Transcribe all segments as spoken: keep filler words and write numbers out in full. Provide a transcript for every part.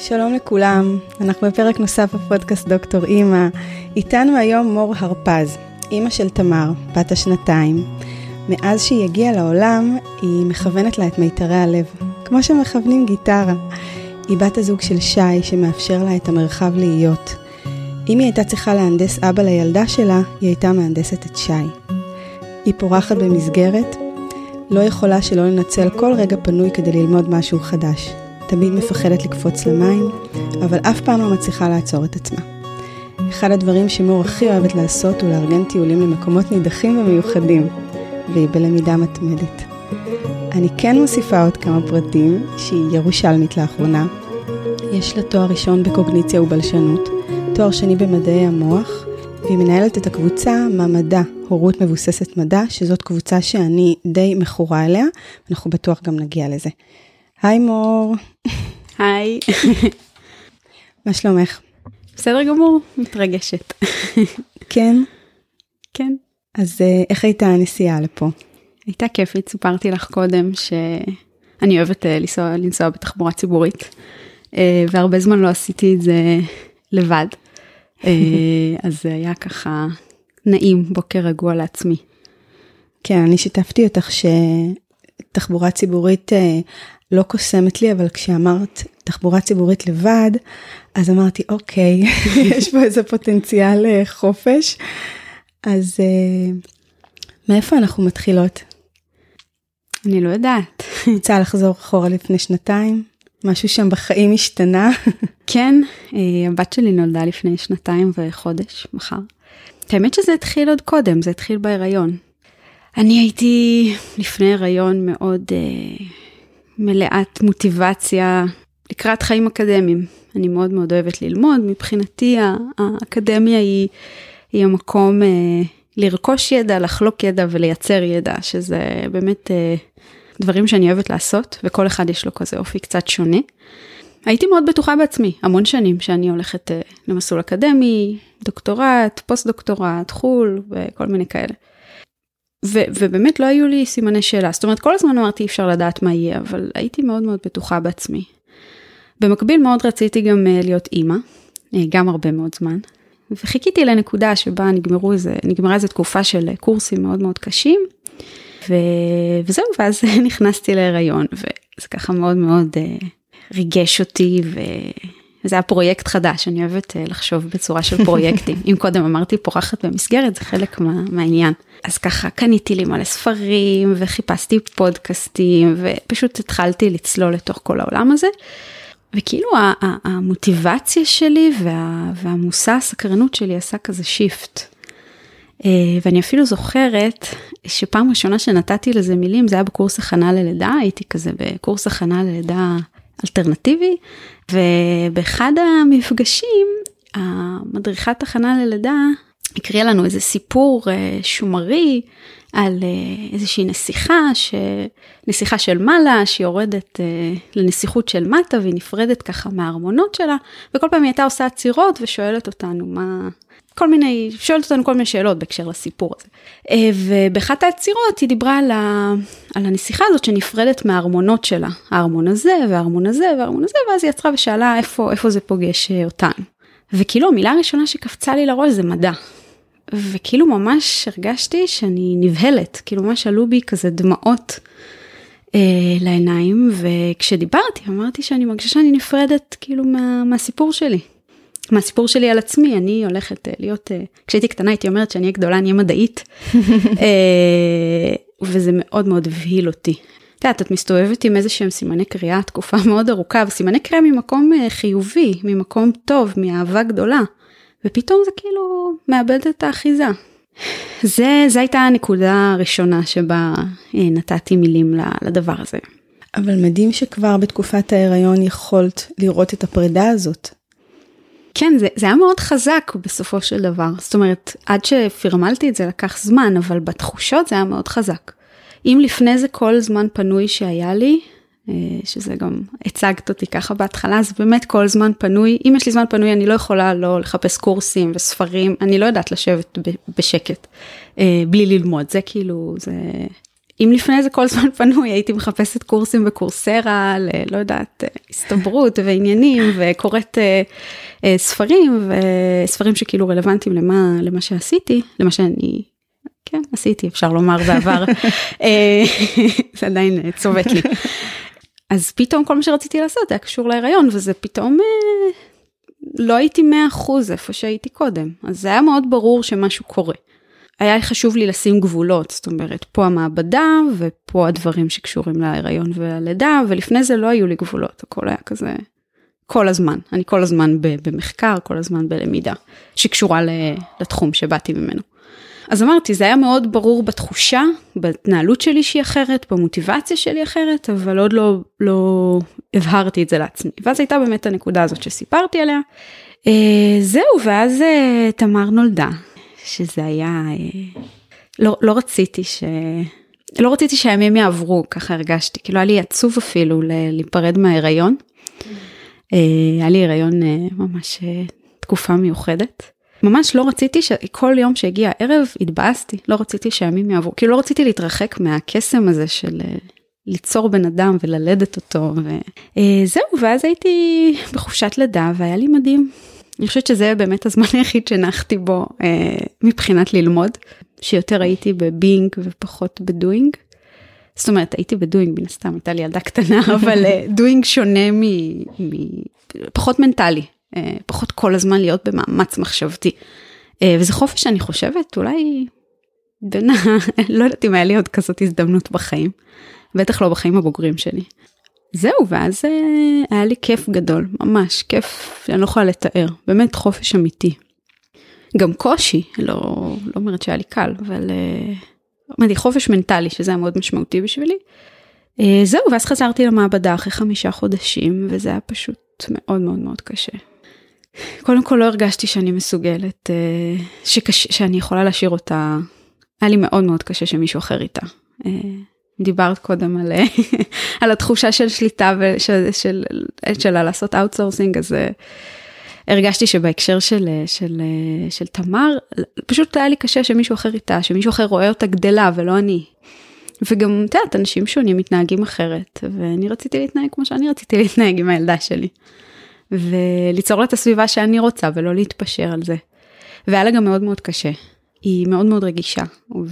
שלום לכולם, אנחנו בפרק נוסף בפודקאסט דוקטור אימא. איתנו היום מור הרפז, אימא של תמר, בת השנתיים. מאז שהיא הגיעה לעולם, היא מכוונת לה את מיתרי הלב, כמו שמכוונים גיטרה. היא בת הזוג של שי, שמאפשר לה את המרחב להיות. אם היא הייתה צריכה להנדס אבא לילדה שלה, היא הייתה מהנדסת את שי. היא פורחת במסגרת, לא יכולה שלא לנצל כל רגע פנוי כדי ללמוד משהו חדש. תמיד מפחדת לקפוץ למים, אבל אף פעם לא מצליחה לעצור את עצמה. אחד הדברים שמור הכי אוהבת לעשות הוא לארגן טיולים למקומות נידחים ומיוחדים, והיא בלמידה מתמדת. אני כן מוסיפה עוד כמה פרטים שהיא ירושלמית לאחרונה. יש לה תואר ראשון בקוגניציה ובלשנות, תואר שני במדעי המוח, והיא מנהלת את הקבוצה ממדע, הורות מבוססת מדע, שזאת קבוצה שאני די מכורה אליה, ואנחנו בטוח גם נגיע לזה. היי מור. היי. מה שלומך? בסדר גמור, מתרגשת. כן? כן. אז איך הייתה הנסיעה לפה? הייתה כיפית, סיפרתי לך קודם שאני אוהבת לנסוע, לנסוע בתחבורה ציבורית, והרבה זמן לא עשיתי את זה לבד, אז זה היה ככה נעים, בוקר רגוע לעצמי. כן, אני שיתפתי אותך שתחבורה ציבורית לא קוסמת לי, אבל כשאמרת תחבורה ציבורית לבד, אז אמרתי, אוקיי, יש פה איזה פוטנציאל חופש. אז מאיפה אנחנו מתחילות? אני לא יודעת. רוצה לחזור אחורה לפני שנתיים? משהו שם בחיים השתנה? כן, הבת שלי נולדה לפני שנתיים וחודש, מחר. האמת שזה התחיל עוד קודם, זה התחיל בהיריון. אני הייתי לפני הריון מאוד uh, מלאת מוטיבציה לקראת חיים אקדמיים. אני מאוד מאוד אוהבת ללמוד, מבחינתי האקדמיה היא, היא המקום uh, לרכוש ידע, לחלוק ידע ולייצר ידע, שזה באמת uh, דברים שאני אוהבת לעשות, וכל אחד יש לו כזה אופי קצת שונה. הייתי מאוד בטוחה בעצמי, המון שנים שאני הולכת uh, למסלול אקדמי, דוקטורט, פוסט דוקטורט, חול וכל מיני כאלה. ו- ובאמת לא היו לי סימני שאלה, זאת אומרת כל הזמן אמרתי אפשר לדעת מה יהיה, אבל הייתי מאוד מאוד בטוחה בעצמי. במקביל מאוד רציתי גם uh, להיות אימא, uh, גם הרבה מאוד זמן, וחיכיתי לנקודה שבה נגמרו איזה, נגמרה איזו תקופה של קורסים מאוד מאוד קשים, ו- וזהו, ואז נכנסתי להיריון, וזה ככה מאוד מאוד uh, ריגש אותי, ו... וזה היה פרויקט חדש, אני אוהבת לחשוב בצורה של פרויקטים. אם קודם אמרתי פורחת במסגרת, זה חלק מה, מהעניין. אז ככה קניתי לי מלא ספרים, וחיפשתי פודקאסטים, ופשוט התחלתי לצלול לתוך כל העולם הזה. וכאילו המוטיבציה שלי וה, והמושא הסקרנות שלי עשה כזה שיפט. ואני אפילו זוכרת שפעם ראשונה שנתתי לזה מילים, זה היה בקורס הכנה ללידה, הייתי כזה בקורס הכנה ללידה אלטרנטיבי, ובאחד המפגשים, המדריכת הכנה ללידה, הקריאה לנו איזה סיפור שומרי, על איזושהי נסיכה, ש... נסיכה של מעלה, שהיא יורדת לנסיכות של מטה, והיא נפרדת ככה מהארמונות שלה, וכל פעם היא הייתה עושה עצירות, ושואלת אותנו מה... כל מיני, שואלת אותנו כל מיני שאלות בהקשר לסיפור הזה. ובאחת העצירות היא דיברה על, ה, על הנסיכה הזאת שנפרדת מהארמונות שלה. הארמון הזה והארמון הזה והארמון הזה, ואז היא יצרה ושאלה איפה, איפה זה פוגש אותנו. וכאילו המילה הראשונה שקפצה לי לראש זה מדע. וכאילו ממש הרגשתי שאני נבהלת, כאילו ממש עלו בי כזה דמעות אה, לעיניים, וכשדיברתי אמרתי שאני מרגישה שאני נפרדת כאילו מה, מהסיפור שלי. מהסיפור שלי על עצמי, אני הולכת להיות, כשהייתי קטנה הייתי אומרת שאני אהיה גדולה, אני אהיה מדעית, וזה מאוד מאוד הבהיל אותי. את יודעת, את מסתובבת עם איזה שהם סימני קריאה, תקופה מאוד ארוכה, וסימני קריאה ממקום חיובי, ממקום טוב, מאהבה גדולה, ופתאום זה כאילו מאבד את האחיזה. זה, זה הייתה הנקודה הראשונה שבה נתתי מילים לדבר הזה. אבל מדהים שכבר בתקופת ההיריון יכולת לראות את הפרידה הזאת. כן, זה, זה היה מאוד חזק בסופו של דבר. זאת אומרת, עד שפרמלתי את זה לקח זמן, אבל בתחושות זה היה מאוד חזק. אם לפני זה כל זמן פנוי שהיה לי, שזה גם הצגת אותי ככה בהתחלה, אז באמת כל זמן פנוי, אם יש לי זמן פנוי, אני לא יכולה לא לחפש קורסים וספרים, אני לא יודעת לשבת בשקט, בלי ללמוד, זה כאילו, זה אם לפני זה כל זמן פנוי, הייתי מחפשת קורסים בקורסרה, לא יודעת, הסתברות ועניינים, וקוראת ספרים, וספרים שכאילו רלוונטיים למה, למה שעשיתי, למה שאני, כן, עשיתי, אפשר לומר בעבר, זה עדיין צובט לי. אז פתאום כל מה שרציתי לעשות היה קשור להיריון, וזה פתאום לא הייתי מאה אחוז איפה שהייתי קודם. אז זה היה מאוד ברור שמשהו קורה. היה חשוב לי לשים גבולות, זאת אומרת, פה המעבדה, ופה הדברים שקשורים להיריון והלידה, ולפני זה לא היו לי גבולות, הכל היה כזה, כל הזמן, אני כל הזמן במחקר, כל הזמן בלמידה, שקשורה לתחום שבאתי ממנו. אז אמרתי, זה היה מאוד ברור בתחושה, בהתנהלות שלי שהיא אחרת, במוטיבציה שלי אחרת, אבל עוד לא, לא הבהרתי את זה לעצמי. ואז הייתה באמת הנקודה הזאת שסיפרתי עליה. זהו, ואז תמר נולדה. שזה היה, לא, לא רציתי ש... לא רציתי שהימים יעברו, ככה הרגשתי, כאילו היה לי עצוב אפילו להיפרד מההיריון, היה לי הריון ממש תקופה מיוחדת, ממש לא רציתי שכל יום שהגיע הערב התבאסתי, לא רציתי שהימים יעברו, כאילו לא רציתי להתרחק מהקסם הזה של ליצור בן אדם וללדת אותו, וזהו, ואז הייתי בחופשת לידה והיה לי מדהים, אני חושבת שזה באמת הזמן היחיד שנחתי בו אה, מבחינת ללמוד, שיותר הייתי בבינג ופחות בדוינג. זאת אומרת, הייתי בדוינג, בין הסתם, הייתה לי ילדה קטנה, אבל אה, דוינג שונה מ... מ... פחות מנטלי, אה, פחות כל הזמן להיות במאמץ מחשבתי. אה, וזה חופש שאני חושבת, אולי בין ה... לא יודעת אם היה לי עוד כזאת הזדמנות בחיים, בטח לא בחיים הבוגרים שלי. זהו, ואז היה לי כיף גדול, ממש כיף, אני לא יכולה לתאר, באמת חופש אמיתי. גם קושי, לא, לא אומרת שהיה לי קל, אבל אמרתי, חופש מנטלי, שזה היה מאוד משמעותי בשבילי. זהו, ואז חזרתי למעבדה אחרי חמישה חודשים, וזה היה פשוט מאוד מאוד מאוד קשה. קודם כל לא הרגשתי שאני מסוגלת, שקש, שאני יכולה להשאיר אותה, היה לי מאוד מאוד קשה שמישהו אחר איתה. דיברת קודם על, על התחושה של שליטה ושל, של, שלה לעשות אאוטסורסינג, אז הרגשתי שבהקשר של, של, של תמר, פשוט היה לי קשה שמישהו אחר איתה, שמישהו אחר רואה אותה גדלה ולא אני. וגם, אתה יודעת, אנשים שונים מתנהגים אחרת, ואני רציתי להתנהג כמו שאני רציתי להתנהג עם הילדה שלי. וליצור לה את הסביבה שאני רוצה, ולא להתפשר על זה. והיה לה גם מאוד מאוד קשה. היא מאוד מאוד רגישה,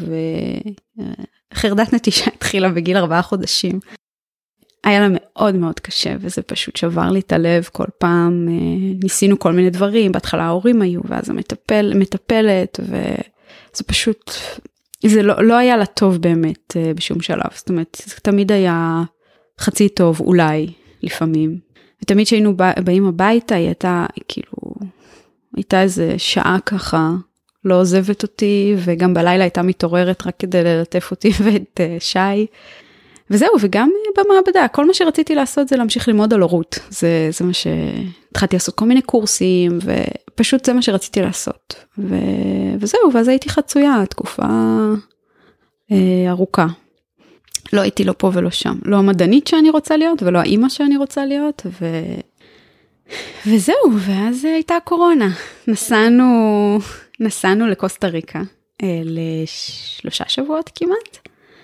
וחרדת נטישה התחילה בגיל ארבעה חודשים. היה לה מאוד מאוד קשה, וזה פשוט שבר לי את הלב כל פעם, ניסינו כל מיני דברים, בהתחלה ההורים היו, ואז המטפל, מטפלת, וזה פשוט, זה לא, לא היה לה טוב באמת בשום שלב, זאת אומרת, זה תמיד היה חצי טוב, אולי, לפעמים, ותמיד שהיינו באים הביתה, היא הייתה, כאילו, הייתה איזה שעה ככה, לא עוזבת אותי, וגם בלילה הייתה מתעוררת רק כדי ללטף אותי ואת שי. וזהו, וגם במעבדה, כל מה שרציתי לעשות זה להמשיך ללמוד על הורות. זה, זה מה שהתחלתי לעשות כל מיני קורסים, ופשוט זה מה שרציתי לעשות. ו, וזהו, ואז הייתי חצויה, תקופה אה, ארוכה. לא הייתי לא פה ולא שם. לא המדענית שאני רוצה להיות, ולא האמא שאני רוצה להיות, ו... וזהו, ואז הייתה הקורונה. נסענו... נסענו לקוסטה ריקה, לשלושה שבועות כמעט.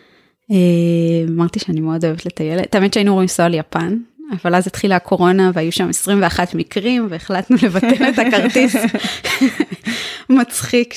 אמרתי שאני מאוד אוהבת לטייל. האמת שהיינו רואים לנסוע ליפן, אבל אז התחילה הקורונה, והיו שם עשרים ואחד מקרים, והחלטנו לבטל את הכרטיס. מצחיק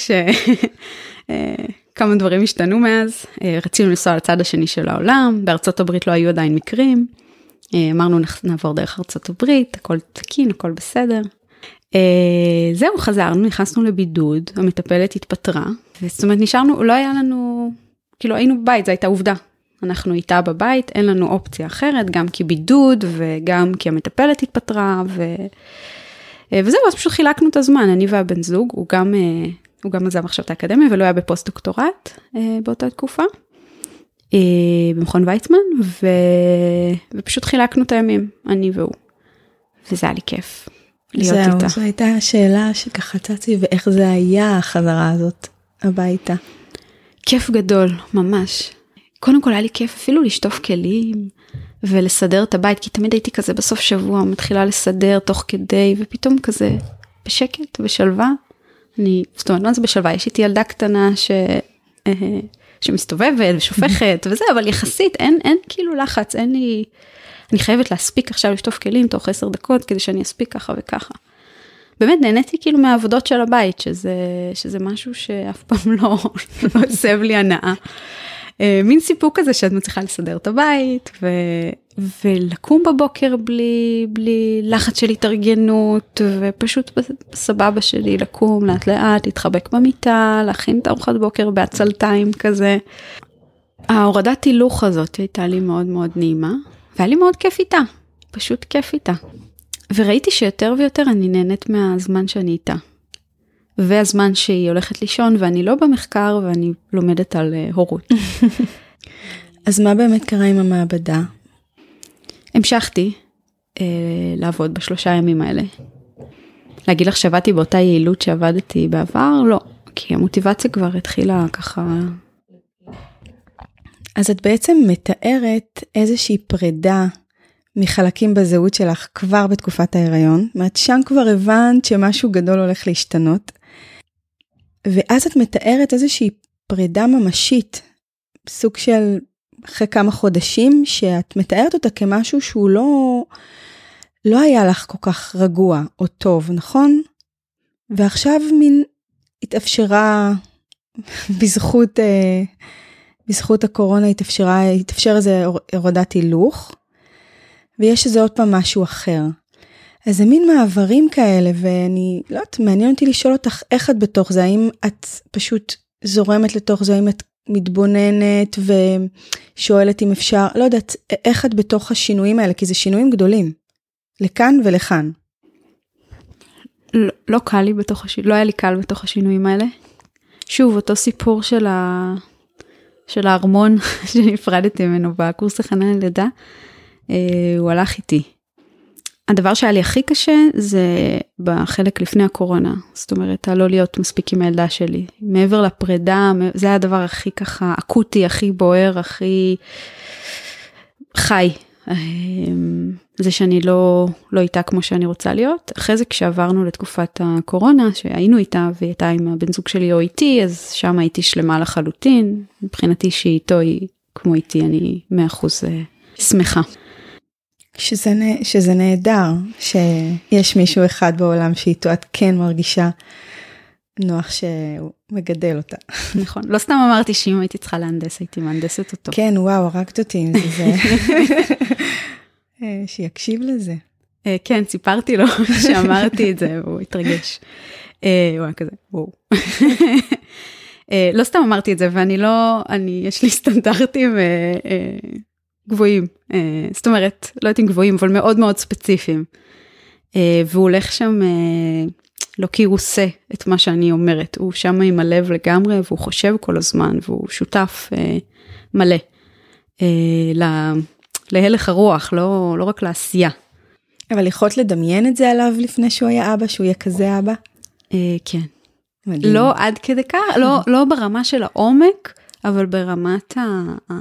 שכמה דברים השתנו מאז. רצינו לנסוע לצד השני של העולם, בארצות הברית לא היו עדיין מקרים. אמרנו נעבור דרך ארצות הברית, הכל תקין, הכל בסדר. Uh, זהו, חזרנו, נכנסנו לבידוד, המטפלת התפטרה, זאת אומרת, נשארנו, לא היה לנו, כאילו היינו בבית, זו הייתה עובדה, אנחנו איתה בבית, אין לנו אופציה אחרת, גם כי בידוד, וגם כי המטפלת התפטרה, ו... uh, וזהו, אז פשוט חילקנו את הזמן, אני והבן זוג, הוא גם, uh, הוא גם עזב עכשיו את האקדמיה, ולא היה בפוסט דוקטורט uh, באותה תקופה, uh, במכון ויצמן, ו... ופשוט חילקנו את הימים, אני והוא, וזה היה לי כיף. זהו, זו הייתה השאלה שככה צצתי, ואיך זה היה החזרה הזאת הביתה. כיף גדול, ממש. קודם כל היה לי כיף אפילו לשטוף כלים, ולסדר את הבית, כי תמיד הייתי כזה בסוף שבוע, מתחילה לסדר תוך כדי, ופתאום כזה בשקט, בשלווה. אני, זאת אומרת, לא זה בשלווה, יש איתי ילדה קטנה ש... שמסתובבת ושופכת וזה, אבל יחסית אין, אין כאילו לחץ, אין לי, אני חייבת להספיק עכשיו לשטוף כלים תוך עשר דקות, כדי שאני אספיק ככה וככה. באמת נהניתי כאילו מהעבודות של הבית, שזה, שזה משהו שאף פעם לא, לא עושה לי הנאה. מין סיפוק כזה שאת מצליחה לסדר את הבית, ו, ולקום בבוקר בלי, בלי לחץ של התארגנות, ופשוט בסבבה שלי לקום לאט לאט, להתחבק במיטה, להכין את ארוחת בוקר בעצלתיים כזה. ההורדת הילוך הזאת הייתה לי מאוד מאוד נעימה, והיה לי מאוד כיף איתה, פשוט כיף איתה. וראיתי שיותר ויותר אני נהנית מהזמן שאני איתה. והזמן שהיא הולכת לישון, ואני לא במחקר, ואני לומדת על הורות. אז מה באמת קרה עם המעבדה? המשכתי אה, לעבוד בשלושה ימים האלה. להגיד לך שעבדתי באותה יעילות שעבדתי בעבר? לא, כי המוטיבציה כבר התחילה ככה. אז את בעצם מתארת איזושהי פרידה מחלקים בזהות שלך כבר בתקופת ההיריון. זאת שם כבר הבנת שמשהו גדול הולך להשתנות. ואז את מתארת איזושהי פרידה ממשית, סוג של אחרי כמה חודשים, שאת מתארת אותה כמשהו שהוא לא, לא היה לך כל כך רגוע או טוב, נכון? ועכשיו מין התאפשרה, בזכות, בזכות הקורונה התאפשרה, התאפשר איזה הורדת הילוך, ויש איזה עוד פעם משהו אחר. אז זה מין מעברים כאלה, ואני, לא יודעת, מעניין אותי לשאול אותך איך את בתוך זה, האם את פשוט זורמת לתוך זה, האם את מתבוננת ושואלת אם אפשר, לא יודעת, איך את בתוך השינויים האלה, כי זה שינויים גדולים, לכאן ולכאן. לא, לא קל לי בתוך השינויים, לא היה לי קל בתוך השינויים האלה. שוב, אותו סיפור של ה... של ההרמון שנפרדתי ממנו בקורס הכנה ללידה, הוא הלך איתי. הדבר שהיה לי הכי קשה זה בחלק לפני הקורונה, זאת אומרת, לא להיות מספיק עם הילדה שלי. מעבר לפרידה, זה היה הדבר הכי ככה אקוטי, הכי בוער, הכי חי. זה שאני לא, לא איתה כמו שאני רוצה להיות. אחרי זה כשעברנו לתקופת הקורונה, שהיינו איתה והיא הייתה עם הבן זוג שלי או איתי, אז שם הייתי שלמה לחלוטין. מבחינתי שהיא איתו היא כמו איתי, אני מאה אחוז שמחה. שזה, שזה נהדר, שיש מישהו אחד בעולם שאיתו את כן מרגישה נוח שהוא מגדל אותה. נכון, לא סתם אמרתי שאם הייתי צריכה להנדס, הייתי מהנדסת אותו. כן, וואו, הרגת אותי עם זה. שיקשיב לזה. כן, סיפרתי לו שאמרתי את זה, והוא התרגש. הוא היה כזה, וואו. לא סתם אמרתי את זה, ואני לא, אני, יש לי סטנדרטים גבוהים, זאת אומרת, לא יודעים גבוהים, אבל מאוד מאוד ספציפיים. והוא הולך שם, לא כי הוא עושה את מה שאני אומרת, הוא שם עם הלב לגמרי, והוא חושב כל הזמן, והוא שותף מלא להלך הרוח, לא, לא רק לעשייה. אבל יכולת לדמיין את זה עליו לפני שהוא היה אבא, שהוא יהיה כזה אבא? כן. מדהים. לא עד כדי כך, לא, לא ברמה של העומק, אבל ברמת ה...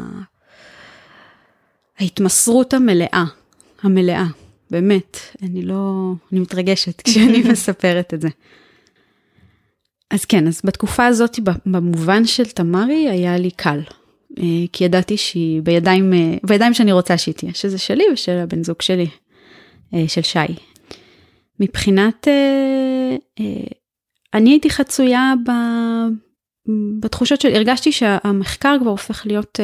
ההתמסרות המלאה, המלאה, באמת, אני לא, אני מתרגשת כשאני מספרת את זה. אז כן, אז בתקופה הזאת, במובן של תמרי, היה לי קל, כי ידעתי שהיא בידיים, בידיים שאני רוצה שהיא תהיה, שזה שלי ושל הבן זוג שלי, של שי. מבחינת, אני הייתי חצויה בתחושות שלי, הרגשתי שהמחקר כבר הופך להיות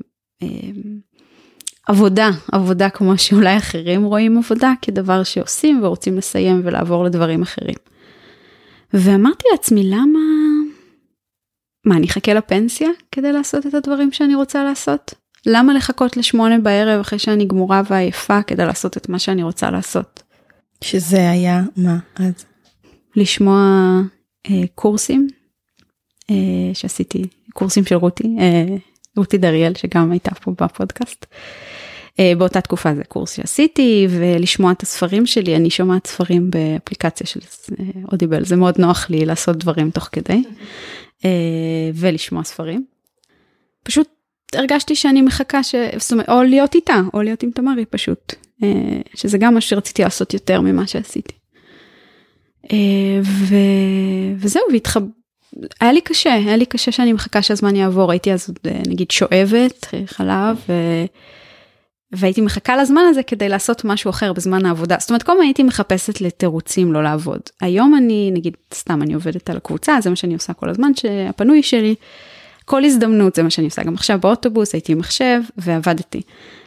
עבודה, עבודה כמו שאולי אחרים רואים עבודה, כדבר שעושים ורוצים לסיים ולעבור לדברים אחרים. ואמרתי לעצמי, למה, מה, אני אחכה לפנסיה כדי לעשות את הדברים שאני רוצה לעשות? למה לחכות לשמונה בערב אחרי שאני גמורה ועייפה כדי לעשות את מה שאני רוצה לעשות? שזה היה, מה, אז? לשמוע אה, קורסים אה, שעשיתי, קורסים של רותי, אה, רותי דריאל, שגם הייתה פה בפודקאסט. באותה תקופה זה קורס שעשיתי, ולשמוע את הספרים שלי, אני שומעת ספרים באפליקציה של אודיבל, זה מאוד נוח לי לעשות דברים תוך כדי, ולשמוע ספרים. פשוט הרגשתי שאני מחכה, ש... או להיות איתה, או להיות עם תמרי פשוט, שזה גם מה שרציתי לעשות יותר ממה שעשיתי. ו... וזהו, והתחב... היה לי קשה, היה לי קשה שאני מחכה שהזמן יעבור, הייתי אז נגיד שואבת חלב, ו... והייתי מחכה לזמן הזה כדי לעשות משהו אחר בזמן העבודה, זאת אומרת, כל מה הייתי מחפשת לתירוצים לא לעבוד. היום אני, נגיד, סתם אני עובדת על הקבוצה, זה מה שאני עושה כל הזמן, שהפנוי שלי, כל הזדמנות, זה מה שאני עושה, גם עכשיו באוטובוס, הייתי עם מחשב ועבדתי.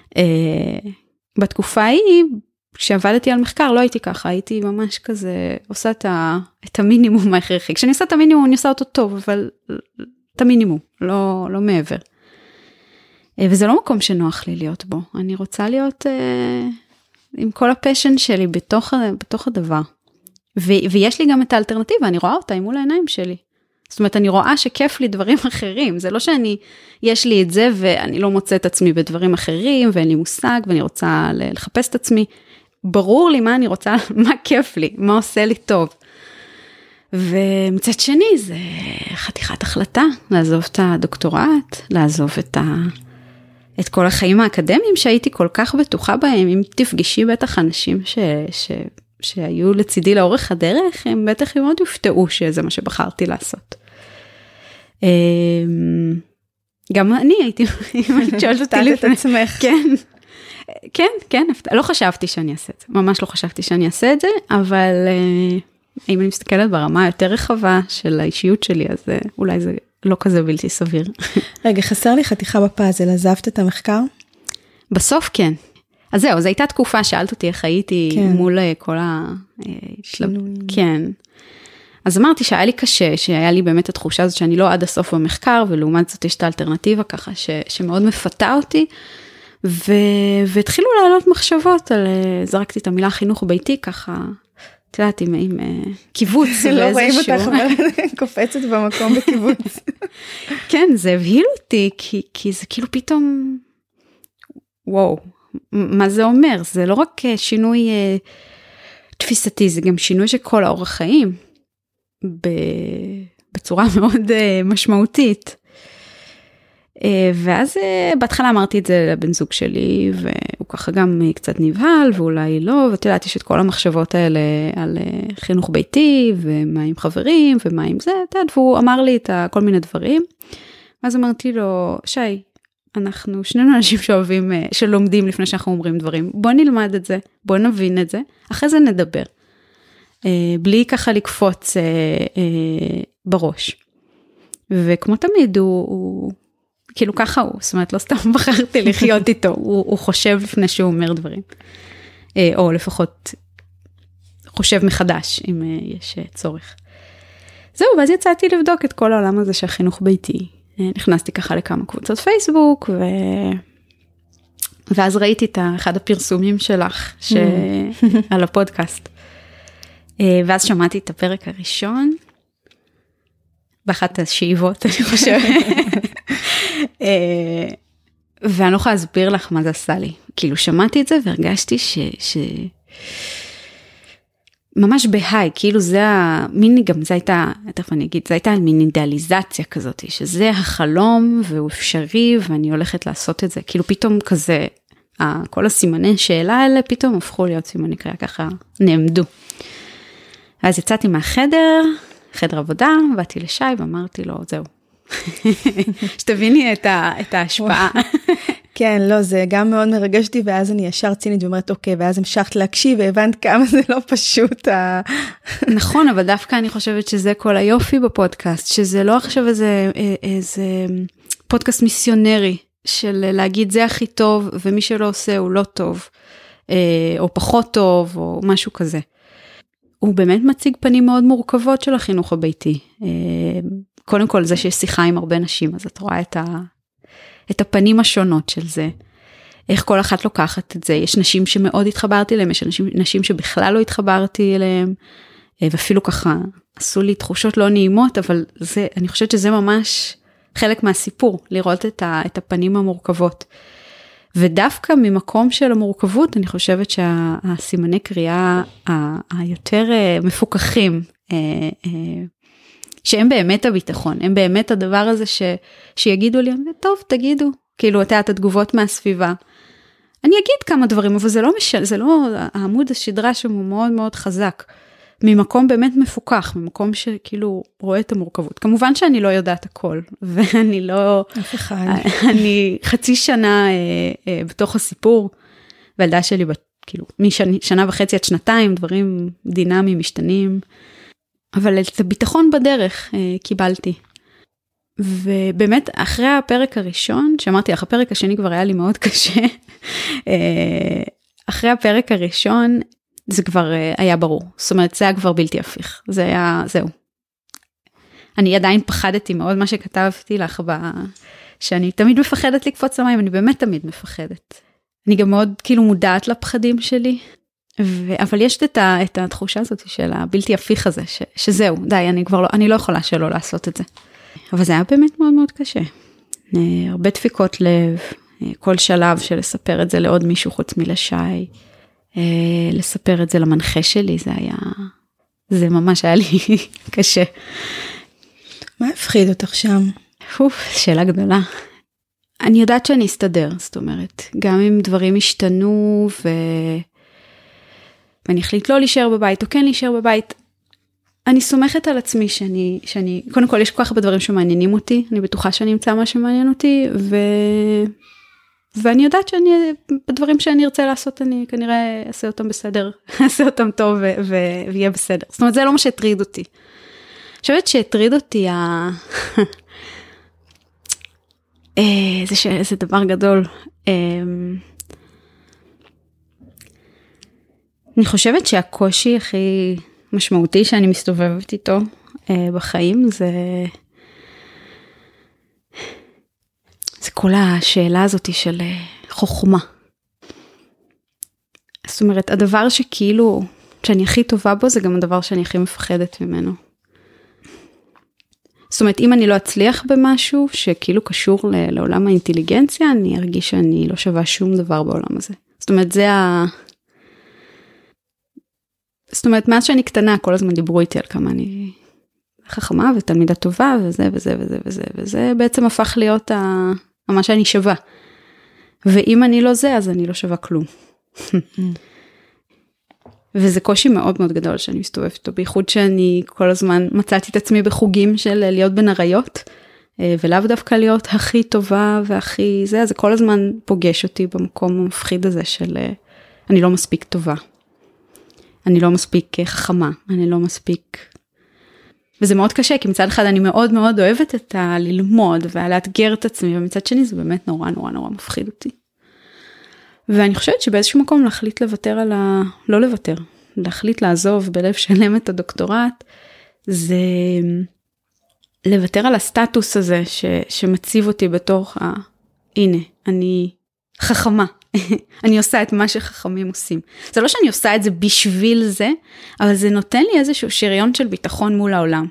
בתקופה ההיא, כשעבדתי על מחקר, לא הייתי ככה, הייתי ממש כזה, עושה את, ה, את המינימום ההכרחי. כשאני עושה את המינימום, אני עושה אותו טוב, אבל את המינימום, לא, לא מעבר. וזה לא מקום שנוח לי להיות בו. אני רוצה להיות אה, עם כל הפשן שלי בתוך, בתוך הדבר. ו, ויש לי גם את האלטרנטיבה, אני רואה אותה מול העיניים שלי. זאת אומרת, אני רואה שכיף לי דברים אחרים. זה לא שאני, יש לי את זה ואני לא מוצא את עצמי בדברים אחרים, ואין לי מושג, ואני רוצה לחפש את עצמי. ברור לי מה אני רוצה, מה כיף לי, מה עושה לי טוב. ומצד שני, זה חתיכת החלטה, לעזוב את הדוקטורט, לעזוב את ה... את כל החיים האקדמיים שהייתי כל כך בטוחה בהם, אם תפגשי בטח אנשים ש, ש, שהיו לצידי לאורך הדרך, הם בטח מאוד יופתעו שזה מה שבחרתי לעשות. גם אני הייתי, אם אני שואלת אותי לפני, כן, כן, כן, לא חשבתי שאני אעשה את זה, ממש לא חשבתי שאני אעשה את זה, אבל אם אני מסתכלת ברמה יותר רחבה של האישיות שלי, אז אולי זה לא כזה בלתי סביר. רגע, חסר לי חתיכה בפאזל, עזבת את המחקר? בסוף כן. אז זהו, זו הייתה תקופה, שאלת אותי איך הייתי כן. מול כל ה... שינוי. כן. אז אמרתי שהיה לי קשה, שהיה לי באמת התחושה הזאת שאני לא עד הסוף במחקר, ולעומת זאת יש את האלטרנטיבה ככה, ש... שמאוד מפתה אותי, ו... והתחילו לעלות מחשבות על... זרקתי את המילה חינוך ביתי ככה, את יודעת, עם, עם uh, קיבוץ. לא רואים אותך, אבל קופצת במקום בקיבוץ. כן, זה הבהיל אותי, כי, כי זה כאילו פתאום, וואו, מה זה אומר? זה לא רק שינוי uh, תפיסתי, זה גם שינוי של כל האורח חיים, ב, בצורה מאוד uh, משמעותית. ואז בהתחלה אמרתי את זה לבן זוג שלי, והוא ככה גם קצת נבהל, ואולי לא, ואת יודעת, יש את כל המחשבות האלה על חינוך ביתי, ומה עם חברים, ומה עם זה, את יודעת, והוא אמר לי את כל מיני דברים, ואז אמרתי לו, שי, אנחנו שנינו אנשים שאוהבים, שלומדים לפני שאנחנו אומרים דברים, בוא נלמד את זה, בוא נבין את זה, אחרי זה נדבר, בלי ככה לקפוץ בראש. וכמו תמיד, הוא... הוא כאילו ככה הוא, זאת אומרת, לא סתם בחרתי לחיות איתו, הוא, הוא חושב לפני שהוא אומר דברים, או לפחות חושב מחדש, אם יש צורך. זהו, ואז יצאתי לבדוק את כל העולם הזה של חינוך ביתי, נכנסתי ככה לכמה קבוצות פייסבוק, ו... ואז ראיתי את אחד הפרסומים שלך, ש... על הפודקאסט, ואז שמעתי את הפרק הראשון, באחת השאיבות, אני חושבת, ואני לא יכולה להסביר לך מה זה עשה לי. כאילו שמעתי את זה והרגשתי ש... ש... ממש בהיי, כאילו זה המיני, גם זה הייתה, תכף אני אגיד, זה הייתה מין אידיאליזציה כזאת, שזה החלום והוא אפשרי ואני הולכת לעשות את זה. כאילו פתאום כזה, כל הסימני שאלה האלה פתאום הפכו להיות סימני קריאה, ככה נעמדו. אז יצאתי מהחדר, חדר עבודה, באתי לשי ואמרתי לו, זהו. שתביני את, ה, את ההשפעה. כן, לא, זה גם מאוד מרגשתי, ואז אני ישר צינית ואומרת, אוקיי, ואז המשכת להקשיב, והבנת כמה זה לא פשוט. נכון, אבל דווקא אני חושבת שזה כל היופי בפודקאסט, שזה לא עכשיו איזה, איזה פודקאסט מיסיונרי, של להגיד זה הכי טוב, ומי שלא עושה הוא לא טוב, או פחות טוב, או משהו כזה. הוא באמת מציג פנים מאוד מורכבות של החינוך הביתי. קודם כל, זה שיש שיחה עם הרבה נשים, אז את רואה את, ה, את הפנים השונות של זה. איך כל אחת לוקחת את זה. יש נשים שמאוד התחברתי אליהם, יש נשים, נשים שבכלל לא התחברתי אליהם, ואפילו ככה עשו לי תחושות לא נעימות, אבל זה, אני חושבת שזה ממש חלק מהסיפור, לראות את, ה, את הפנים המורכבות. ודווקא ממקום של המורכבות, אני חושבת שהסימני קריאה היותר מפוקחים, שהם באמת הביטחון, הם באמת הדבר הזה ש, שיגידו לי, טוב, תגידו, כאילו, אתה את התגובות מהסביבה. אני אגיד כמה דברים, אבל זה לא משל, זה לא, העמוד השדרה שם הוא מאוד מאוד חזק, ממקום באמת מפוקח, ממקום שכאילו רואה את המורכבות. כמובן שאני לא יודעת הכל, ואני לא... אף אחד. אני חצי שנה אה, אה, בתוך הסיפור, והילדה שלי, כאילו, משנה וחצי עד שנתיים, דברים דינמיים, משתנים, אבל את הביטחון בדרך אה, קיבלתי. ובאמת, אחרי הפרק הראשון, שאמרתי לך, הפרק השני כבר היה לי מאוד קשה, אה, אחרי הפרק הראשון, זה כבר היה ברור. זאת אומרת, זה היה כבר בלתי הפיך. זה היה, זהו. אני עדיין פחדתי מאוד מה שכתבתי לך, ב... שאני תמיד מפחדת לקפוץ למים, אני באמת תמיד מפחדת. אני גם מאוד כאילו מודעת לפחדים שלי, ו... אבל יש את, ה... את התחושה הזאת של הבלתי הפיך הזה, ש... שזהו, די, אני כבר לא, אני לא יכולה שלא לעשות את זה. אבל זה היה באמת מאוד מאוד קשה. הרבה דפיקות לב, כל שלב של לספר את זה לעוד מישהו חוץ מלשי, לספר את זה למנחה שלי, זה היה, זה ממש היה לי קשה. מה הפחיד אותך שם? אוף, שאלה גדולה. אני יודעת שאני אסתדר, זאת אומרת, גם אם דברים השתנו, ו... ואני החליט לא להישאר בבית, או כן להישאר בבית, אני סומכת על עצמי שאני, שאני, קודם כל יש כל כך הרבה דברים שמעניינים אותי, אני בטוחה שאני אמצא מה שמעניין אותי, ו... ואני יודעת שאני, בדברים שאני ארצה לעשות, אני כנראה אעשה אותם בסדר, אעשה אותם טוב ו- ו- ויהיה בסדר. זאת אומרת, זה לא מה שהטריד אותי. אני חושבת שהטריד אותי, ה... זה, ש... זה דבר גדול. אני חושבת שהקושי הכי משמעותי שאני מסתובבת איתו בחיים, זה... זה כל השאלה הזאת של חוכמה. זאת אומרת, הדבר שכאילו, שאני הכי טובה בו, זה גם הדבר שאני הכי מפחדת ממנו. זאת אומרת, אם אני לא אצליח במשהו שכאילו קשור לעולם האינטליגנציה, אני ארגיש שאני לא שווה שום דבר בעולם הזה. זאת אומרת, זה ה... זאת אומרת, מאז שאני קטנה, כל הזמן דיברו איתי על כמה אני חכמה ותלמידה טובה, וזה וזה וזה וזה, וזה בעצם הפך להיות ה... מה שאני שווה. ואם אני לא זה, אז אני לא שווה כלום. וזה קושי מאוד מאוד גדול שאני מסתובבת אותו, בייחוד שאני כל הזמן מצאתי את עצמי בחוגים של להיות בין הריות, ולאו דווקא להיות הכי טובה והכי זה, אז זה כל הזמן פוגש אותי במקום המפחיד הזה של אני לא מספיק טובה. אני לא מספיק חכמה, אני לא מספיק... וזה מאוד קשה, כי מצד אחד אני מאוד מאוד אוהבת את הללמוד, ולאתגר את עצמי, ומצד שני זה באמת נורא נורא נורא מפחיד אותי. ואני חושבת שבאיזשהו מקום להחליט לוותר על ה... לא לוותר, להחליט לעזוב בלב שלם את הדוקטורט, זה לוותר על הסטטוס הזה ש... שמציב אותי בתוך ה... הנה, אני חכמה. אני עושה את מה שחכמים עושים. זה לא שאני עושה את זה בשביל זה, אבל זה נותן לי איזשהו שריון של ביטחון מול העולם.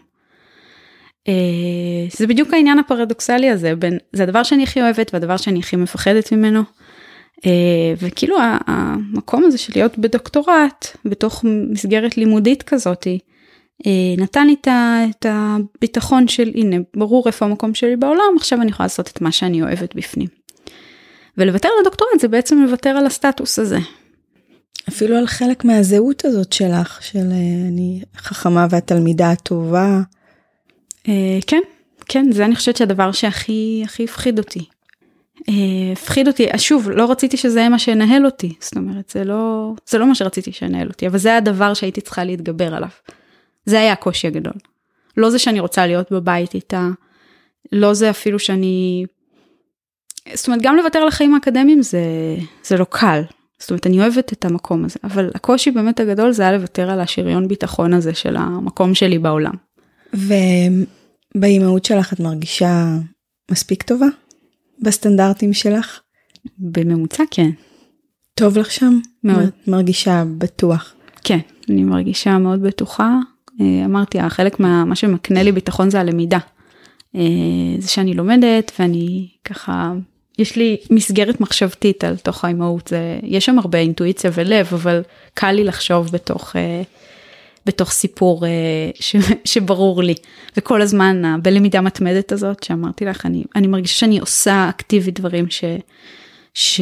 זה בדיוק העניין הפרדוקסלי הזה, בין, זה הדבר שאני הכי אוהבת, והדבר שאני הכי מפחדת ממנו, וכאילו המקום הזה של להיות בדוקטורט, בתוך מסגרת לימודית כזאת, נתן לי את הביטחון של, הנה, ברור איפה המקום שלי בעולם, עכשיו אני יכולה לעשות את מה שאני אוהבת בפנים. ולוותר על הדוקטורט זה בעצם לוותר על הסטטוס הזה. אפילו על חלק מהזהות הזאת שלך, של אני חכמה והתלמידה הטובה. כן, כן, זה אני חושבת שהדבר שהכי הכי הפחיד אותי. הפחיד אותי, שוב, לא רציתי שזה מה שינהל אותי, זאת אומרת, זה לא, זה לא מה שרציתי שינהל אותי, אבל זה הדבר שהייתי צריכה להתגבר עליו. זה היה הקושי הגדול. לא זה שאני רוצה להיות בבית איתה, לא זה אפילו שאני... זאת אומרת, גם לוותר על החיים האקדמיים זה, זה לא קל. זאת אומרת, אני אוהבת את המקום הזה, אבל הקושי באמת הגדול זה היה לוותר על השריון ביטחון הזה של המקום שלי בעולם. ובאימהות שלך את מרגישה מספיק טובה? בסטנדרטים שלך? בממוצע, כן. טוב לך שם? מאוד. את מרגישה בטוח? כן, אני מרגישה מאוד בטוחה. אמרתי, החלק מה, מה שמקנה לי ביטחון זה הלמידה. זה שאני לומדת ואני ככה, יש לי מסגרת מחשבתית על תוך האימהות, זה, יש שם הרבה אינטואיציה ולב, אבל קל לי לחשוב בתוך, בתוך סיפור ש, שברור לי, וכל הזמן בלמידה מתמדת הזאת שאמרתי לך, אני, אני מרגישה שאני עושה אקטיבית דברים ש, ש,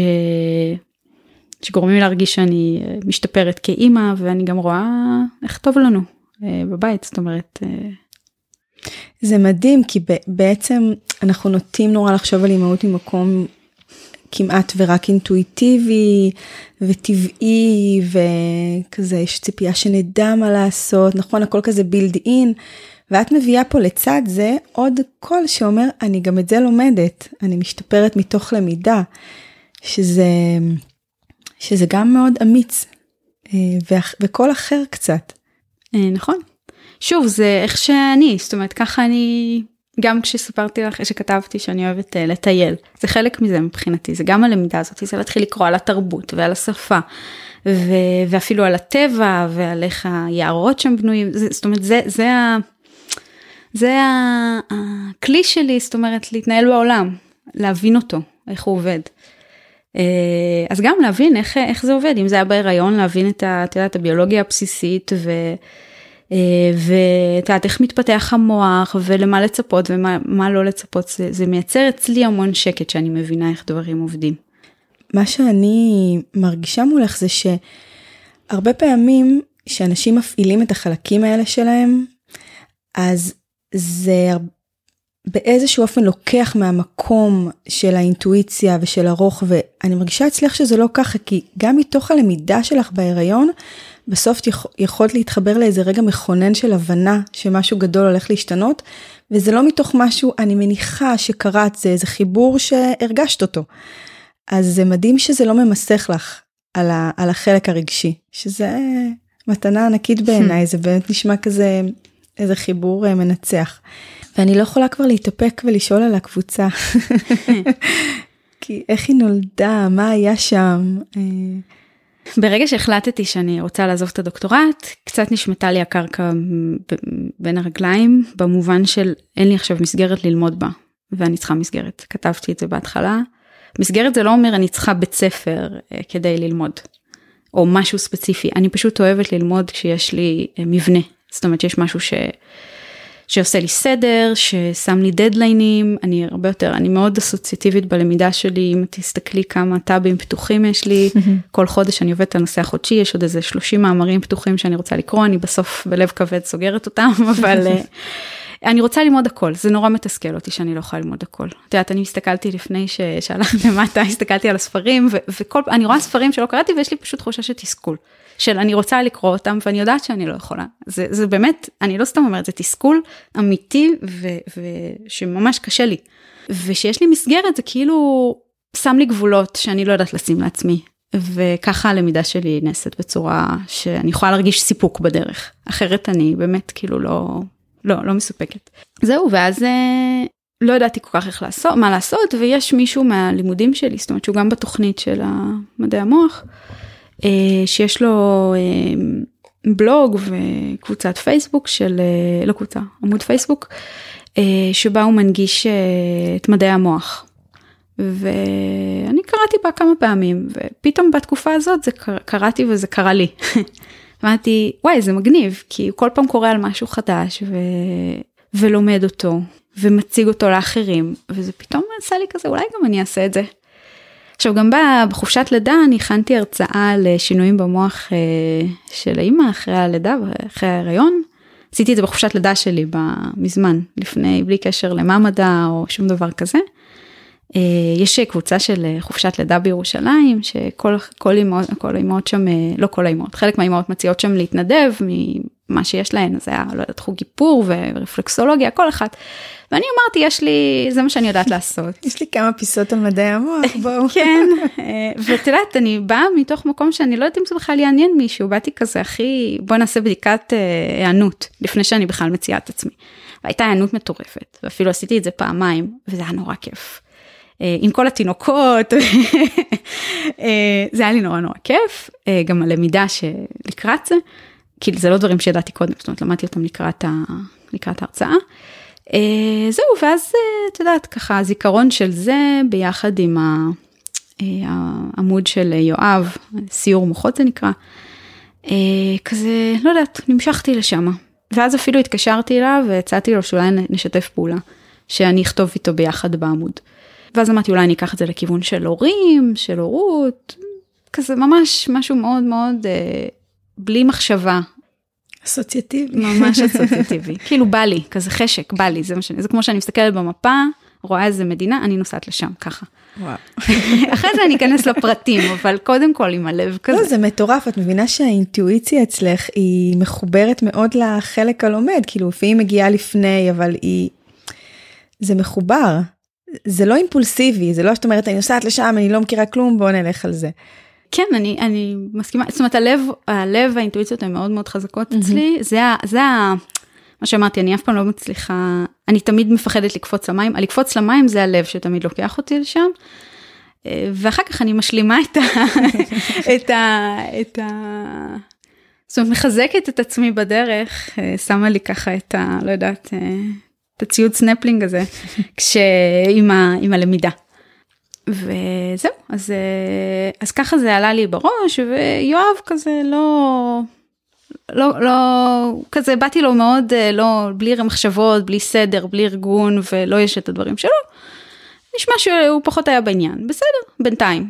שגורמים לי להרגיש שאני משתפרת כאימא, ואני גם רואה איך טוב לנו, בבית, זאת אומרת... זה מדהים, כי בעצם אנחנו נוטים נורא לחשוב על אימהות ממקום כמעט ורק אינטואיטיבי וטבעי, וכזה יש ציפייה שנדע מה לעשות, נכון, הכל כזה בילד אין, ואת מביאה פה לצד זה עוד קול שאומר, אני גם את זה לומדת, אני משתפרת מתוך למידה, שזה, שזה גם מאוד אמיץ, וקול אחר קצת. נכון. שוב, זה איך שאני, זאת אומרת, ככה אני, גם כשספרתי לך, שכתבתי שאני אוהבת לטייל, זה חלק מזה מבחינתי, זה גם הלמידה הזאת, זה להתחיל לקרוא על התרבות ועל השפה, ו- ואפילו על הטבע, ועל איך היערות שם בנויים, זה, זאת אומרת, זה, זה, ה- זה ה- הכלי שלי, זאת אומרת, להתנהל בעולם, להבין אותו, איך הוא עובד. אז גם להבין איך, איך זה עובד, אם זה היה בהיריון, להבין את, ה, את, את הביולוגיה הבסיסית, ו... ואת יודעת איך מתפתח המוח ולמה לצפות ומה לא לצפות, זה, זה מייצר אצלי המון שקט שאני מבינה איך דברים עובדים. מה שאני מרגישה מולך זה שהרבה פעמים שאנשים מפעילים את החלקים האלה שלהם, אז זה באיזשהו אופן לוקח מהמקום של האינטואיציה ושל הרוח, ואני מרגישה אצלך שזה לא ככה, כי גם מתוך הלמידה שלך בהיריון, בסוף יכולת להתחבר לאיזה רגע מכונן של הבנה שמשהו גדול הולך להשתנות, וזה לא מתוך משהו, אני מניחה שקראת, זה איזה חיבור שהרגשת אותו. אז זה מדהים שזה לא ממסך לך על, ה, על החלק הרגשי, שזה מתנה ענקית בעיניי, זה באמת נשמע כזה איזה חיבור מנצח. ואני לא יכולה כבר להתאפק ולשאול על הקבוצה. כי איך היא נולדה, מה היה שם? ברגע שהחלטתי שאני רוצה לעזוב את הדוקטורט, קצת נשמטה לי הקרקע בין הרגליים, במובן של אין לי עכשיו מסגרת ללמוד בה, ואני צריכה מסגרת. כתבתי את זה בהתחלה. מסגרת זה לא אומר אני צריכה בית ספר כדי ללמוד, או משהו ספציפי. אני פשוט אוהבת ללמוד כשיש לי מבנה. זאת אומרת שיש משהו ש... שעושה לי סדר, ששם לי דדליינים, אני הרבה יותר, אני מאוד אסוציאטיבית בלמידה שלי, אם תסתכלי כמה טאבים פתוחים יש לי, כל חודש אני עובדת על הנושא החודשי, יש עוד איזה שלושים מאמרים פתוחים שאני רוצה לקרוא, אני בסוף בלב כבד סוגרת אותם, אבל אני רוצה ללמוד הכל, זה נורא מתסכל אותי שאני לא יכולה ללמוד הכל. את יודעת, אני הסתכלתי לפני שהלכת למטה, הסתכלתי על הספרים, ואני רואה ספרים שלא קראתי, ויש לי פשוט תחושה שתסכול. של אני רוצה לקרוא אותם, ואני יודעת שאני לא יכולה. זה, זה באמת, אני לא סתם אומרת, זה תסכול אמיתי, ו, ושממש קשה לי. ושיש לי מסגרת, זה כאילו שם לי גבולות, שאני לא יודעת לשים לעצמי. וככה הלמידה שלי נעשית בצורה, שאני יכולה להרגיש סיפוק בדרך. אחרת אני באמת כאילו לא, לא, לא מסופקת. זהו, ואז לא ידעתי כל כך איך לעשות, מה לעשות, ויש מישהו מהלימודים שלי, זאת אומרת שהוא גם בתוכנית של מדעי המוח, שיש לו בלוג וקבוצת פייסבוק של, לא קבוצה, עמוד פייסבוק, שבה הוא מנגיש את מדעי המוח. ואני קראתי בה כמה פעמים, ופתאום בתקופה הזאת זה קראתי וזה קרה לי. אמרתי, וואי, זה מגניב, כי הוא כל פעם קורא על משהו חדש, ו... ולומד אותו, ומציג אותו לאחרים, וזה פתאום עשה לי כזה, אולי גם אני אעשה את זה. עכשיו, גם בחופשת לידה, אני הכנתי הרצאה לשינויים במוח של האמא, אחרי הלידה, אחרי ההיריון. עשיתי את זה בחופשת לידה שלי, מזמן, לפני, בלי קשר למה מדע, או שום דבר כזה. יש קבוצה של חופשת לידה בירושלים, שכל כל אימהות, כל האימהות שם, לא כל האימהות, חלק מהאימהות מציעות שם להתנדב, ממה שיש להן, זה היה, לא יודעת, חוג גיפור ורפלקסולוגיה, כל אחת. ואני אמרתי, יש לי, זה מה שאני יודעת לעשות. יש לי כמה פיסות על מדעי המוח, בואו. כן, ותלת, אני באה מתוך מקום שאני לא יודעת אם זה בכלל יעניין מישהו, באתי כזה, הכי, בוא נעשה בדיקת הענות, לפני שאני בכלל מציעה את עצמי. והייתה הענות מטורפת, ואפילו עשיתי את זה פעמיים, וזה היה נורא כיף. עם כל התינוקות, זה היה לי נורא נורא כיף, גם הלמידה שלקראת זה, כי זה לא דברים שידעתי קודם, זאת אומרת, למדתי אותם לקראת, ה... לקראת ההרצאה. זהו, ואז, את יודעת, ככה, הזיכרון של זה, ביחד עם העמוד של יואב, סיור מוחות זה נקרא, כזה, לא יודעת, נמשכתי לשם. ואז אפילו התקשרתי אליו, והצעתי לו שאולי נשתף פעולה, שאני אכתוב איתו ביחד בעמוד. ואז אמרתי, אולי אני אקח את זה לכיוון של הורים, של הורות, כזה ממש משהו מאוד מאוד, אה, בלי מחשבה. אסוציאטיבי. ממש אסוציאטיבי. כאילו בא לי, כזה חשק, בא לי, זה מה שאני, זה כמו שאני מסתכלת במפה, רואה איזה מדינה, אני נוסעת לשם, ככה. וואו. אחרי זה אני אכנס לפרטים, אבל קודם כל עם הלב כזה. לא, זה מטורף, את מבינה שהאינטואיציה אצלך היא מחוברת מאוד לחלק הלומד, כאילו לפעמים מגיעה לפני, אבל היא, זה מחובר. זה לא אימפולסיבי, זה לא שאת אומרת, אני נוסעת לשם, אני לא מכירה כלום, בוא נלך על זה. כן, אני, אני מסכימה, זאת אומרת, הלב, הלב והאינטואיציות הן מאוד מאוד חזקות אצלי, זה, זה ה... מה שאמרתי, אני אף פעם לא מצליחה, אני תמיד מפחדת לקפוץ למים, לקפוץ למים זה הלב שתמיד לוקח אותי לשם, ואחר כך אני משלימה את ה... את ה... את ה... זאת אומרת, מחזקת את עצמי בדרך, שמה לי ככה את ה... לא יודעת, את הציוד סנפלינג הזה, כשעם ה... עם הלמידה. וזהו, אז, אז ככה זה עלה לי בראש, ויואב כזה לא... לא, לא, כזה באתי לו מאוד, לא, בלי מחשבות, בלי סדר, בלי ארגון, ולא יש את הדברים שלו. נשמע שהוא פחות היה בעניין, בסדר, בינתיים.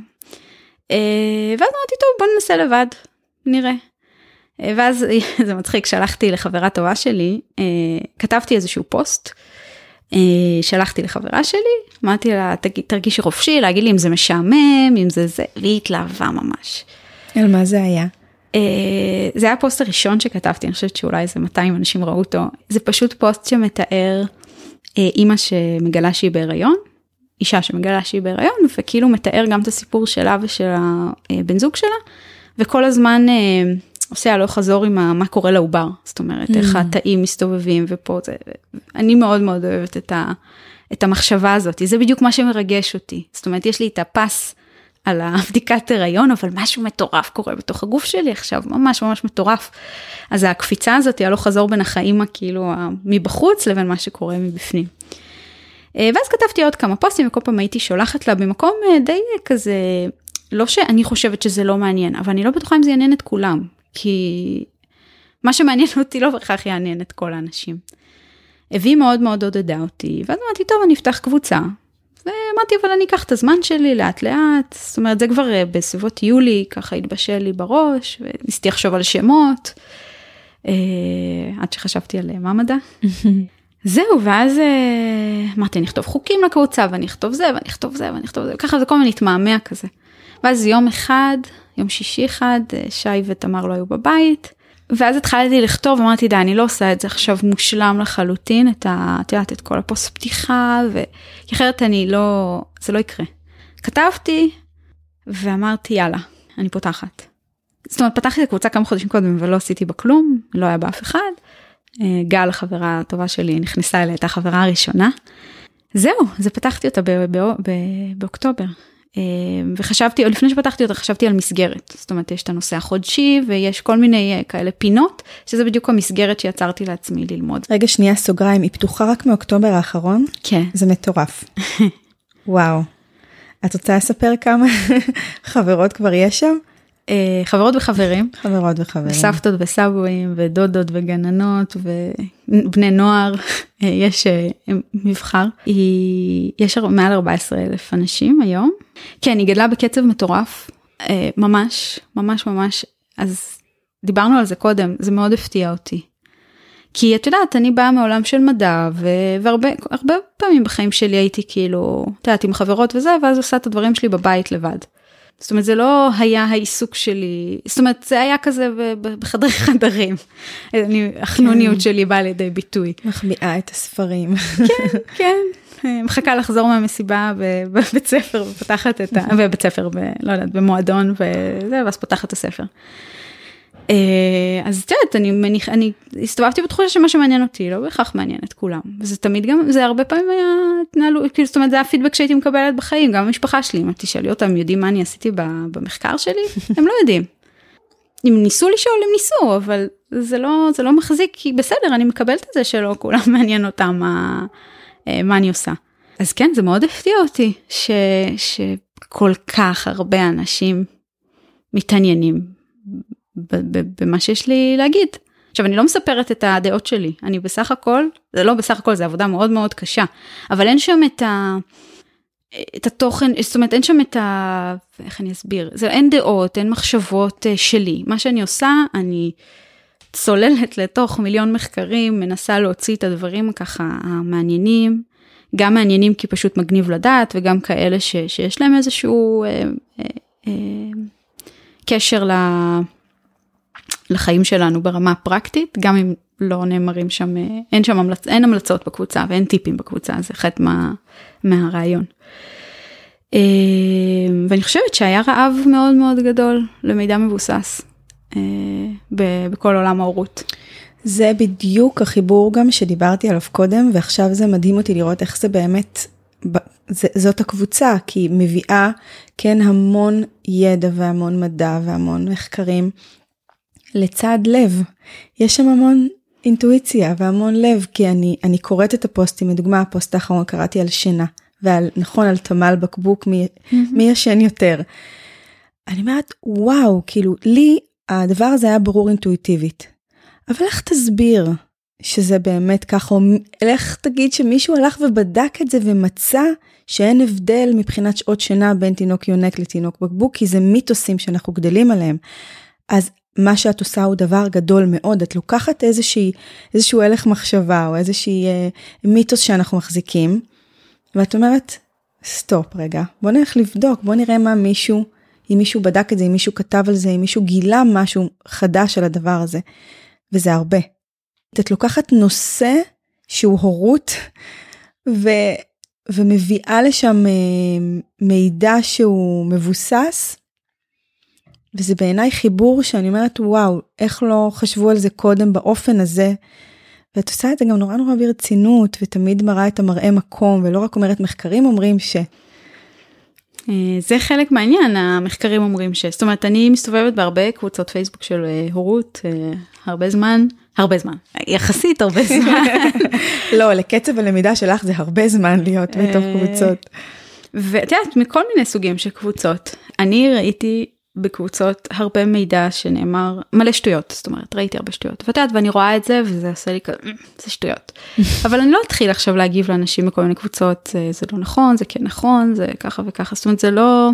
ואז אמרתי, טוב, בוא ננסה לבד, נראה. ואז, זה מצחיק, שלחתי לחברה טובה שלי, כתבתי איזשהו פוסט, שלחתי לחברה שלי, אמרתי לה, תרגישי חופשי, להגיד לי אם זה משעמם, אם זה זה, והיא התלהבה ממש. על מה זה היה? זה היה הפוסט הראשון שכתבתי, אני חושבת שאולי איזה מאתיים אנשים ראו אותו, זה פשוט פוסט שמתאר אימא שמגלה שהיא בהיריון, אישה שמגלה שהיא בהיריון, וכאילו מתאר גם את הסיפור שלה ושל הבן זוג שלה, וכל הזמן עושה הלוך חזור עם מה קורה לעובר, זאת אומרת, איך התאים מסתובבים, ופה זה, אני מאוד מאוד אוהבת את, ה, את המחשבה הזאת, זה בדיוק מה שמרגש אותי, זאת אומרת, יש לי את הפס, על הבדיקת הריון, אבל משהו מטורף קורה בתוך הגוף שלי עכשיו, ממש ממש מטורף. אז הקפיצה הזאת, הלוך חזור בין החיים, כאילו, מבחוץ לבין מה שקורה מבפנים. ואז כתבתי עוד כמה פוסטים, וכל פעם הייתי שולחת לה במקום די כזה, לא שאני חושבת שזה לא מעניין, אבל אני לא בטוחה אם זה יעניין את כולם, כי מה שמעניין אותי לא בהכרח יעניין את כל האנשים. והיא מאוד מאוד עודדה אותי, ואז אמרתי, טוב, אני אפתח קבוצה, ואמרתי, אבל אני אקח את הזמן שלי לאט לאט, זאת אומרת, זה כבר בסביבות יולי, ככה התבשל לי בראש, וניסיתי לחשוב על שמות, עד שחשבתי על מה מדע. זהו, ואז אמרתי, אני אכתוב חוקים לקבוצה, ואני אכתוב זה, ואני אכתוב זה, ואני אכתוב זה, וככה זה כל מיני התמהמה כזה. ואז יום אחד, יום שישי אחד, שי ותמר לא היו בבית, ואז התחלתי לכתוב, אמרתי, די, אני לא עושה את זה עכשיו מושלם לחלוטין, את ה, את יודעת, את כל הפוסט פתיחה, כי אחרת אני לא, זה לא יקרה. כתבתי, ואמרתי, יאללה, אני פותחת. זאת אומרת, פתחתי את הקבוצה כמה חודשים קודם, ולא עשיתי בה כלום, לא היה באף אחד. גל, החברה הטובה שלי, נכנסה אליה, הייתה החברה הראשונה. זהו, אז פתחתי אותה באוקטובר. וחשבתי, או לפני שפתחתי אותה, חשבתי על מסגרת. זאת אומרת, יש את הנושא החודשי, ויש כל מיני כאלה פינות, שזה בדיוק המסגרת שיצרתי לעצמי ללמוד. רגע, שנייה, סוגריים, היא פתוחה רק מאוקטובר האחרון? כן. זה מטורף. וואו. את רוצה לספר כמה חברות כבר יש שם? חברות וחברים. חברות וחברים. סבתות וסבויים, ודודות וגננות, ובני נוער, יש מבחר. יש מעל ארבעה עשר אלף אנשים היום. כן, היא גדלה בקצב מטורף, ממש, ממש ממש. אז דיברנו על זה קודם, זה מאוד הפתיע אותי. כי את יודעת, אני באה מעולם של מדע, והרבה הרבה פעמים בחיים שלי הייתי כאילו, את יודעת, עם חברות וזה, ואז עושה את הדברים שלי בבית לבד. זאת אומרת, זה לא היה העיסוק שלי, זאת אומרת, זה היה כזה בחדרי חדרים. החנוניות שלי באה לידי ביטוי. מחביאה את הספרים. כן, כן. מחכה לחזור מהמסיבה בבית ספר, ופתחת את ה... בבית ספר, לא יודעת, במועדון, וזה, ואז פותחת את הספר. אז את יודעת, אני מניח, אני הסתובבתי בתחושה שמה שמעניין אותי, לא בהכרח מעניין את כולם. וזה תמיד גם, זה הרבה פעמים היה התנהלו, כאילו, זאת אומרת, זה הפידבק שהייתי מקבלת בחיים, גם המשפחה שלי, אם תשאלי אותם, יודעים מה אני עשיתי במחקר שלי? הם לא יודעים. אם ניסו לשאול, הם ניסו, אבל זה לא, זה לא מחזיק, כי בסדר, אני מקבלת את זה שלא כולם מעניין אותם מה, מה אני עושה. אז כן, זה מאוד הפתיע אותי, ש, שכל כך הרבה אנשים מתעניינים במה שיש לי להגיד. עכשיו, אני לא מספרת את הדעות שלי, אני בסך הכל, זה לא בסך הכל, זה עבודה מאוד מאוד קשה, אבל אין שם את ה... את התוכן, זאת אומרת, אין שם את ה... איך אני אסביר? זה אין דעות, אין מחשבות שלי. מה שאני עושה, אני צוללת לתוך מיליון מחקרים, מנסה להוציא את הדברים ככה המעניינים, גם מעניינים כי פשוט מגניב לדעת, וגם כאלה ש, שיש להם איזשהו אה, אה, אה, קשר ל, לחיים שלנו ברמה הפרקטית, גם אם לא נאמרים שם, אין שם המלצ, אין המלצות בקבוצה, ואין טיפים בקבוצה, זה חלק מה, מהרעיון. אה, ואני חושבת שהיה רעב מאוד מאוד גדול למידע מבוסס, אה, ב, בכל עולם ההורות. זה בדיוק החיבור גם שדיברתי עליו קודם, ועכשיו זה מדהים אותי לראות איך זה באמת, זה, זאת הקבוצה, כי היא מביאה כן המון ידע והמון מדע והמון מחקרים, לצד לב. יש שם המון אינטואיציה והמון לב, כי אני, אני קוראת את הפוסטים, לדוגמה הפוסט האחרון קראתי על שינה, ועל, נכון, על תמל בקבוק, מי, mm-hmm. מי ישן יותר. אני אומרת, וואו, כאילו, לי הדבר הזה היה ברור אינטואיטיבית. אבל איך תסביר שזה באמת ככה, או איך תגיד שמישהו הלך ובדק את זה ומצא שאין הבדל מבחינת שעות שינה בין תינוק יונק לתינוק בקבוק, כי זה מיתוסים שאנחנו גדלים עליהם. אז מה שאת עושה הוא דבר גדול מאוד, את לוקחת איזושהי, איזשהו הלך מחשבה, או איזושהי אה, מיתוס שאנחנו מחזיקים, ואת אומרת, סטופ רגע, בוא נלך לבדוק, בוא נראה מה מישהו, אם מישהו בדק את זה, אם מישהו כתב על זה, אם מישהו גילה משהו חדש על הדבר הזה. וזה הרבה. את לוקחת נושא שהוא הורות, ו, ומביאה לשם מידע שהוא מבוסס, וזה בעיניי חיבור שאני אומרת, וואו, איך לא חשבו על זה קודם באופן הזה, ואת עושה את זה גם נורא נורא ברצינות, ותמיד מראה את המראה מקום, ולא רק אומרת מחקרים אומרים ש... זה חלק מהעניין, המחקרים אומרים ש... זאת אומרת, אני מסתובבת בהרבה קבוצות פייסבוק של הורות, הרבה זמן, הרבה זמן, יחסית הרבה זמן. לא, לקצב הלמידה שלך זה הרבה זמן להיות בתוך קבוצות. ואת יודעת, מכל מיני סוגים של קבוצות, אני ראיתי בקבוצות הרבה מידע שנאמר, מלא שטויות, זאת אומרת, ראיתי הרבה שטויות. ואת יודעת, ואני רואה את זה, וזה עושה לי כזה, זה שטויות. אבל אני לא אתחיל עכשיו להגיב לאנשים בכל מיני קבוצות, זה, זה לא נכון, זה כן נכון, זה ככה וככה, זאת אומרת, זה לא,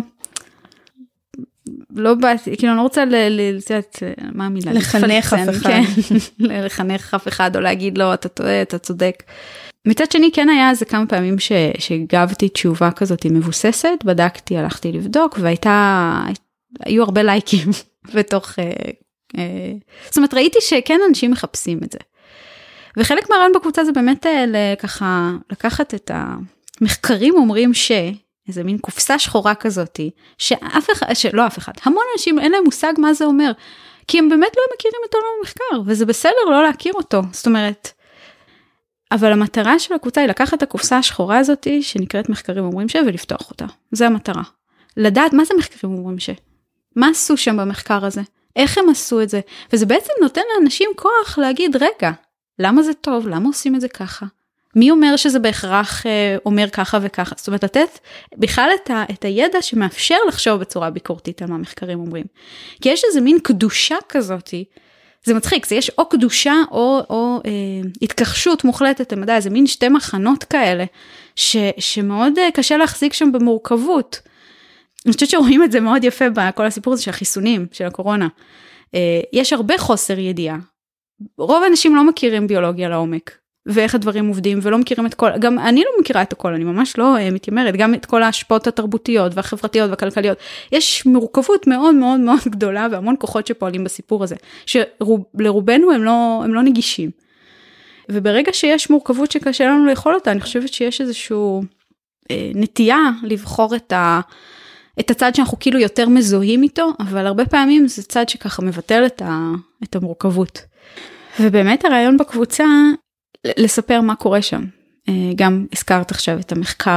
לא באתי, כאילו, אני לא רוצה, לדעת, מה המילה? לחנך אף אחד. כן, לחנך אף אחד, או להגיד לו, אתה טועה, אתה צודק. מצד שני, כן היה איזה כמה פעמים ש, שגבתי תשובה כזאת מבוססת, בדקתי, הלכתי לבדוק, והייתה, היו הרבה לייקים בתוך, אה, אה, זאת אומרת, ראיתי שכן אנשים מחפשים את זה. וחלק מהרעיון בקבוצה זה באמת אה, ככה, לקחת את המחקרים אומרים ש, איזה מין קופסה שחורה כזאת, שאף אחד, שלא אף אחד, המון אנשים אין להם מושג מה זה אומר, כי הם באמת לא מכירים את עולם המחקר, וזה בסדר לא להכיר אותו, זאת אומרת, אבל המטרה של הקבוצה היא לקחת את הקופסה השחורה הזאת, שנקראת מחקרים אומרים ש, ולפתוח אותה. זה המטרה. לדעת מה זה מחקרים אומרים ש. מה עשו שם במחקר הזה? איך הם עשו את זה? וזה בעצם נותן לאנשים כוח להגיד, רגע, למה זה טוב? למה עושים את זה ככה? מי אומר שזה בהכרח אה, אומר ככה וככה? זאת אומרת, לתת בכלל את, ה, את הידע שמאפשר לחשוב בצורה ביקורתית על מה מחקרים אומרים. כי יש איזה מין קדושה כזאת, זה מצחיק, זה יש או קדושה או, או אה, התכחשות מוחלטת למדע, זה מין שתי מחנות כאלה, ש, שמאוד אה, קשה להחזיק שם במורכבות. אני חושבת שרואים את זה מאוד יפה בכל הסיפור הזה של החיסונים, של הקורונה. אה, יש הרבה חוסר ידיעה. רוב האנשים לא מכירים ביולוגיה לעומק, ואיך הדברים עובדים, ולא מכירים את כל, גם אני לא מכירה את הכל, אני ממש לא אה, מתיימרת, גם את כל ההשפעות התרבותיות והחברתיות והכלכליות. יש מורכבות מאוד מאוד מאוד גדולה, והמון כוחות שפועלים בסיפור הזה, שלרובנו הם לא, הם לא נגישים. וברגע שיש מורכבות שקשה לנו לאכול אותה, אני חושבת שיש איזשהו אה, נטייה לבחור את ה... את הצד שאנחנו כאילו יותר מזוהים איתו, אבל הרבה פעמים זה צד שככה מבטל את, ה, את המורכבות. ובאמת הרעיון בקבוצה, לספר מה קורה שם. גם הזכרת עכשיו את המחקר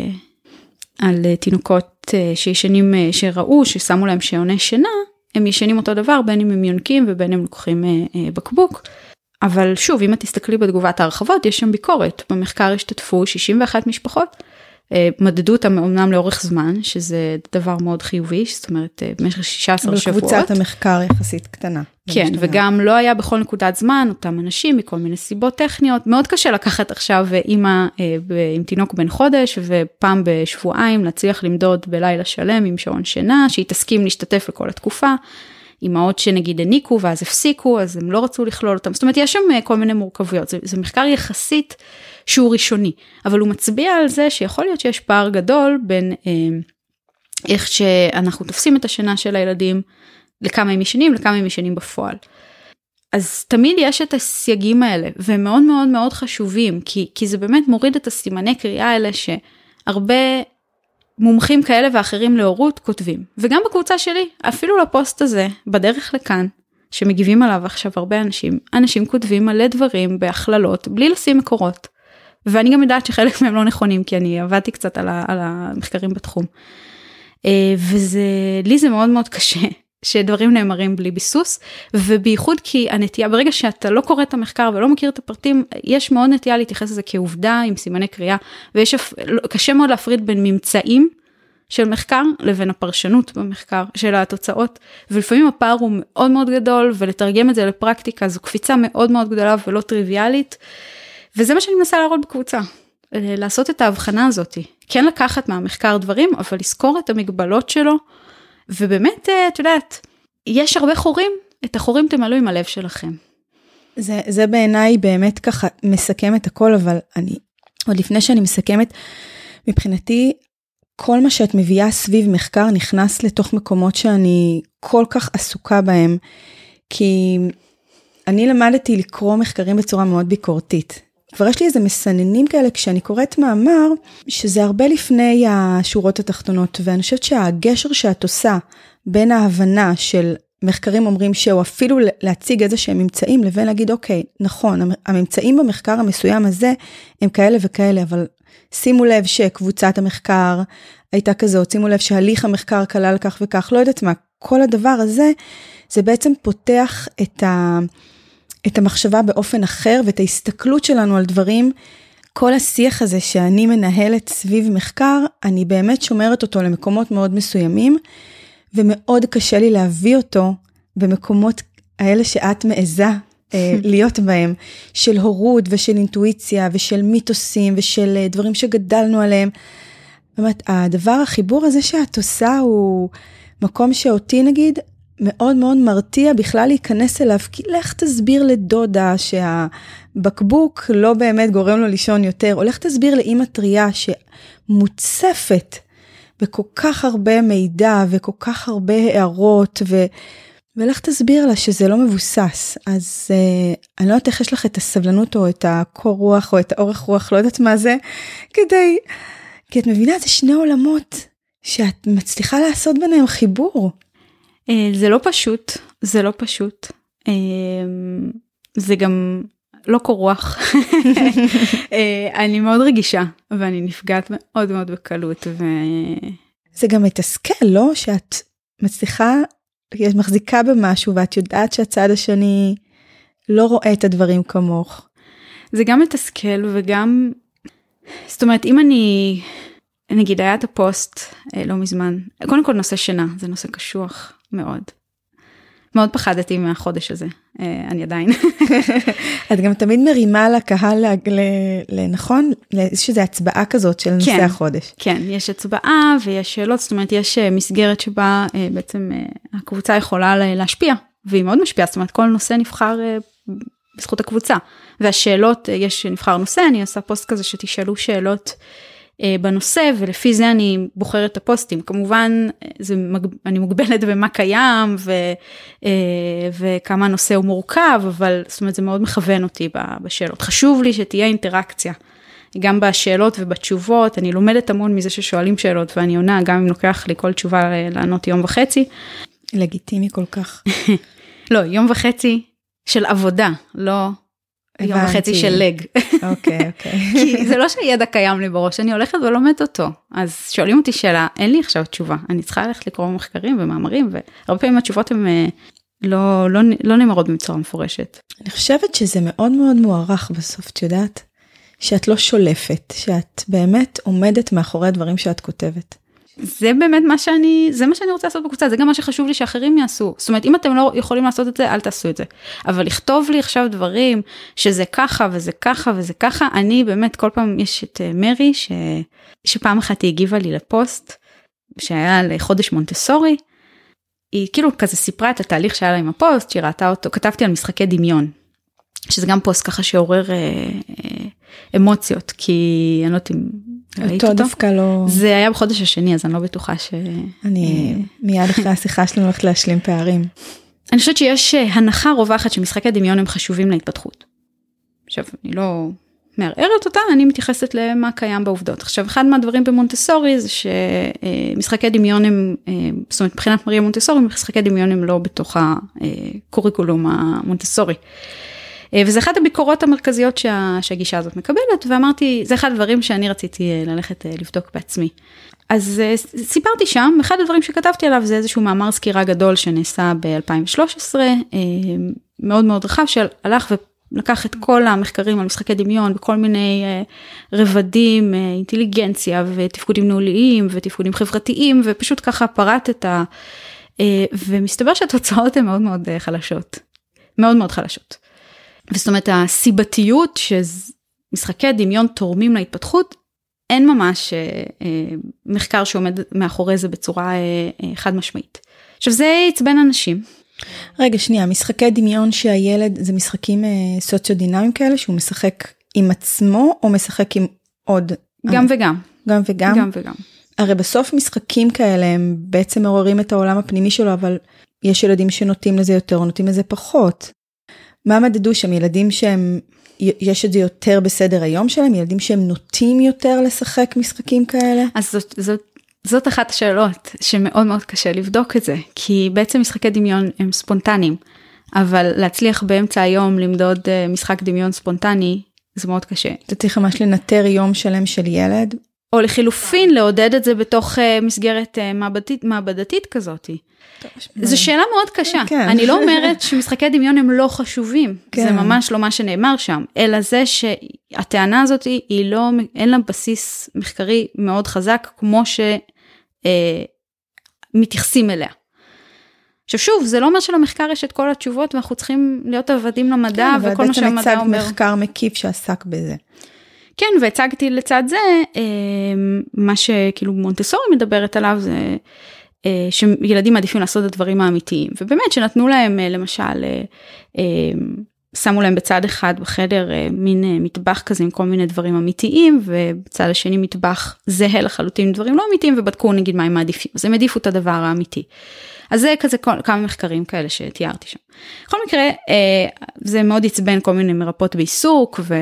על תינוקות שישנים, שראו, ששמו להם שעוני שינה, הם ישנים אותו דבר, בין אם הם יונקים ובין אם לוקחים בקבוק. אבל שוב, אם את תסתכלי בתגובת ההרחבות, יש שם ביקורת. במחקר השתתפו שישים ואחת משפחות, מדדו אותם אומנם לאורך זמן, שזה דבר מאוד חיובי, זאת אומרת, במשך שישה עשר שבועות. וקבוצת המחקר יחסית קטנה. כן, וגם לא היה בכל נקודת זמן, אותם אנשים מכל מיני סיבות טכניות, מאוד קשה לקחת עכשיו אימא עם תינוק בן חודש, ופעם בשבועיים להצליח למדוד בלילה שלם עם שעון שינה, שהיא תסכים להשתתף לכל התקופה. אימהות שנגיד הניקו ואז הפסיקו, אז הם לא רצו לכלול אותם. זאת אומרת, יש שם כל מיני מורכבויות. זה, זה מחקר יחסית שהוא ראשוני, אבל הוא מצביע על זה שיכול להיות שיש פער גדול בין אה, איך שאנחנו תופסים את השינה של הילדים, לכמה הם ישנים, לכמה הם ישנים בפועל. אז תמיד יש את הסייגים האלה, והם מאוד מאוד מאוד חשובים, כי, כי זה באמת מוריד את הסימני קריאה האלה, שהרבה מומחים כאלה ואחרים להורות כותבים. וגם בקבוצה שלי, אפילו לפוסט הזה, בדרך לכאן, שמגיבים עליו עכשיו הרבה אנשים, אנשים כותבים מלא דברים בהכללות, בלי לשים מקורות. ואני גם יודעת שחלק מהם לא נכונים, כי אני עבדתי קצת על, ה, על המחקרים בתחום. וזה, לי זה מאוד מאוד קשה. שדברים נאמרים בלי ביסוס, ובייחוד כי הנטייה, ברגע שאתה לא קורא את המחקר ולא מכיר את הפרטים, יש מאוד נטייה להתייחס לזה כעובדה עם סימני קריאה, ויש קשה מאוד להפריד בין ממצאים של מחקר לבין הפרשנות במחקר של התוצאות, ולפעמים הפער הוא מאוד מאוד גדול, ולתרגם את זה לפרקטיקה, זו קפיצה מאוד מאוד גדולה ולא טריוויאלית, וזה מה שאני מנסה להראות בקבוצה, לעשות את ההבחנה הזאת, כן לקחת מהמחקר דברים, אבל לזכור את המגבלות שלו, ובאמת, את יודעת, יש הרבה חורים, את החורים תמלאו עם הלב שלכם. זה, זה בעיניי באמת ככה מסכם את הכל, אבל אני, עוד לפני שאני מסכמת, מבחינתי, כל מה שאת מביאה סביב מחקר נכנס לתוך מקומות שאני כל כך עסוקה בהם, כי אני למדתי לקרוא מחקרים בצורה מאוד ביקורתית. כבר יש לי איזה מסננים כאלה כשאני קוראת מאמר, שזה הרבה לפני השורות התחתונות, ואני חושבת שהגשר שאת עושה בין ההבנה של מחקרים אומרים שהוא אפילו להציג איזה שהם ממצאים, לבין להגיד, אוקיי, נכון, הממצאים במחקר המסוים הזה הם כאלה וכאלה, אבל שימו לב שקבוצת המחקר הייתה כזאת, שימו לב שהליך המחקר כלל כך וכך, לא יודעת מה, כל הדבר הזה, זה בעצם פותח את ה... את המחשבה באופן אחר, ואת ההסתכלות שלנו על דברים, כל השיח הזה שאני מנהלת סביב מחקר, אני באמת שומרת אותו למקומות מאוד מסוימים, ומאוד קשה לי להביא אותו במקומות האלה שאת מעיזה אה, להיות בהם, של הורות ושל אינטואיציה, ושל מיתוסים, ושל אה, דברים שגדלנו עליהם. באמת, הדבר, החיבור הזה שאת עושה, הוא מקום שאותי נגיד, מאוד מאוד מרתיע בכלל להיכנס אליו, כי לך תסביר לדודה שהבקבוק לא באמת גורם לו לישון יותר, או לך תסביר לאמא טריה שמוצפת בכל כך הרבה מידע וכל כך הרבה הערות, ו... ולך תסביר לה שזה לא מבוסס. אז uh, אני לא יודעת איך יש לך את הסבלנות או את הקור רוח או את האורך רוח, לא יודעת מה זה, כדי, כי את מבינה, זה שני עולמות שאת מצליחה לעשות ביניהם חיבור. זה לא פשוט, זה לא פשוט, זה גם לא קורוח, אני מאוד רגישה, ואני נפגעת מאוד מאוד בקלות. ו... זה גם מתסכל, לא? שאת מצליחה, את מחזיקה במשהו, ואת יודעת שהצד השני לא רואה את הדברים כמוך. זה גם מתסכל, וגם, זאת אומרת, אם אני, נגיד, היה את הפוסט, לא מזמן, קודם כל נושא שינה, זה נושא קשוח. מאוד. מאוד פחדתי מהחודש הזה, אני עדיין. את גם תמיד מרימה לקהל, נכון? יש איזו הצבעה כזאת של נושא החודש. כן, יש הצבעה ויש שאלות, זאת אומרת, יש מסגרת שבה בעצם הקבוצה יכולה להשפיע, והיא מאוד משפיעה, זאת אומרת, כל נושא נבחר בזכות הקבוצה, והשאלות, יש נבחר נושא, אני עושה פוסט כזה שתשאלו שאלות, בנושא, ולפי זה אני בוחרת את הפוסטים. כמובן, זה, אני מוגבלת במה קיים, ו, וכמה הנושא הוא מורכב, אבל זאת אומרת, זה מאוד מכוון אותי בשאלות. חשוב לי שתהיה אינטראקציה, גם בשאלות ובתשובות. אני לומדת המון מזה ששואלים שאלות, ואני עונה, גם אם לוקח לי כל תשובה לענות יום וחצי. לגיטימי כל כך. לא, יום וחצי של עבודה, לא... יום וחצי של לג. אוקיי, אוקיי. כי זה לא שידע קיים לי בראש, אני הולכת ולומדת אותו. אז שואלים אותי שאלה, אין לי עכשיו תשובה. אני צריכה ללכת לקרוא מחקרים ומאמרים, והרבה פעמים התשובות הן לא, לא, לא נאמרות בצורה מפורשת. אני חושבת שזה מאוד מאוד מוערך בסוף, את יודעת? שאת לא שולפת, שאת באמת עומדת מאחורי הדברים שאת כותבת. זה באמת מה שאני, זה מה שאני רוצה לעשות בקבוצה, זה גם מה שחשוב לי שאחרים יעשו. זאת אומרת, אם אתם לא יכולים לעשות את זה, אל תעשו את זה. אבל לכתוב לי עכשיו דברים, שזה ככה וזה ככה וזה ככה, אני באמת, כל פעם יש את מרי, ש... שפעם אחת היא הגיבה לי לפוסט, שהיה לחודש מונטסורי, היא כאילו כזה סיפרה את התהליך שהיה לה עם הפוסט, שהיא ראתה אותו, כתבתי על משחקי דמיון, שזה גם פוסט ככה שעורר אה, אה, אמוציות, כי אני לא יודעת אם ראית אותו. אותו דווקא לא... זה היה בחודש השני, אז אני לא בטוחה ש... אני מיד אחרי השיחה שלנו הולכת להשלים פערים. אני חושבת שיש הנחה רווחת שמשחקי דמיון הם חשובים להתפתחות. עכשיו, אני לא מערערת אותה, אני מתייחסת למה קיים בעובדות. עכשיו, אחד מהדברים במונטסורי זה שמשחקי דמיון הם, זאת אומרת, מבחינת מריה מונטסורי, משחקי דמיון הם לא בתוך הקוריקולום המונטסורי. וזה אחד הביקורות המרכזיות שה, שהגישה הזאת מקבלת, ואמרתי, זה אחד הדברים שאני רציתי ללכת לבדוק בעצמי. אז סיפרתי שם, אחד הדברים שכתבתי עליו זה איזשהו מאמר סקירה גדול שנעשה ב-אלפיים ושלוש עשרה, מאוד מאוד רחב, שהלך ולקח את כל המחקרים על משחקי דמיון, בכל מיני רבדים, אינטליגנציה ותפקודים ניהוליים ותפקודים חברתיים, ופשוט ככה פרט את ה... ומסתבר שהתוצאות הן מאוד מאוד חלשות, מאוד מאוד חלשות. וזאת אומרת, הסיבתיות שמשחקי דמיון תורמים להתפתחות, אין ממש אה, אה, מחקר שעומד מאחורי זה בצורה אה, אה, חד משמעית. עכשיו, זה יצבן אנשים. רגע, שנייה, משחקי דמיון שהילד, זה משחקים אה, סוציו-דינמיים כאלה, שהוא משחק עם עצמו, או משחק עם עוד? גם אה, וגם. גם וגם? גם וגם. הרי בסוף משחקים כאלה, הם בעצם מעוררים את העולם הפנימי שלו, אבל יש ילדים שנוטים לזה יותר, או נוטים לזה פחות. מה מדדו שם? ילדים שהם... יש את זה יותר בסדר היום שלהם, ילדים שהם נוטים יותר לשחק משחקים כאלה? אז זאת, זאת, זאת אחת השאלות שמאוד מאוד קשה לבדוק את זה, כי בעצם משחקי דמיון הם ספונטניים, אבל להצליח באמצע היום למדוד משחק דמיון ספונטני, זה מאוד קשה. אתה צריך ממש לנטר יום שלם של ילד? או לחילופין, לעודד את זה בתוך מסגרת מעבדתית, מעבדתית כזאת. זו שאלה מאוד קשה. כן. אני לא אומרת שמשחקי דמיון הם לא חשובים. כן. זה ממש לא מה שנאמר שם. אלא זה שהטענה הזאת היא לא, אין לה בסיס מחקרי מאוד חזק, כמו שמתייחסים אליה. עכשיו שוב, זה לא אומר שלמחקר יש את כל התשובות, ואנחנו צריכים להיות עבדים למדע, כן, וכל מה שהמדע אומר. בעצם הצג מחקר מקיף שעסק בזה. כן, והצגתי לצד זה, מה שכאילו מונטסורי מדברת עליו, זה שילדים מעדיפים לעשות את הדברים האמיתיים, ובאמת שנתנו להם, למשל, שמו להם בצד אחד בחדר מין מטבח כזה עם כל מיני דברים אמיתיים, ובצד השני מטבח זהה לחלוטין דברים לא אמיתיים, ובדקו נגיד מה הם מעדיפים, אז הם העדיפו את הדבר האמיתי. אז זה כזה כמה מחקרים כאלה שתיארתי שם. בכל מקרה, זה מאוד יצבן כל מיני מרפאות בעיסוק, ו,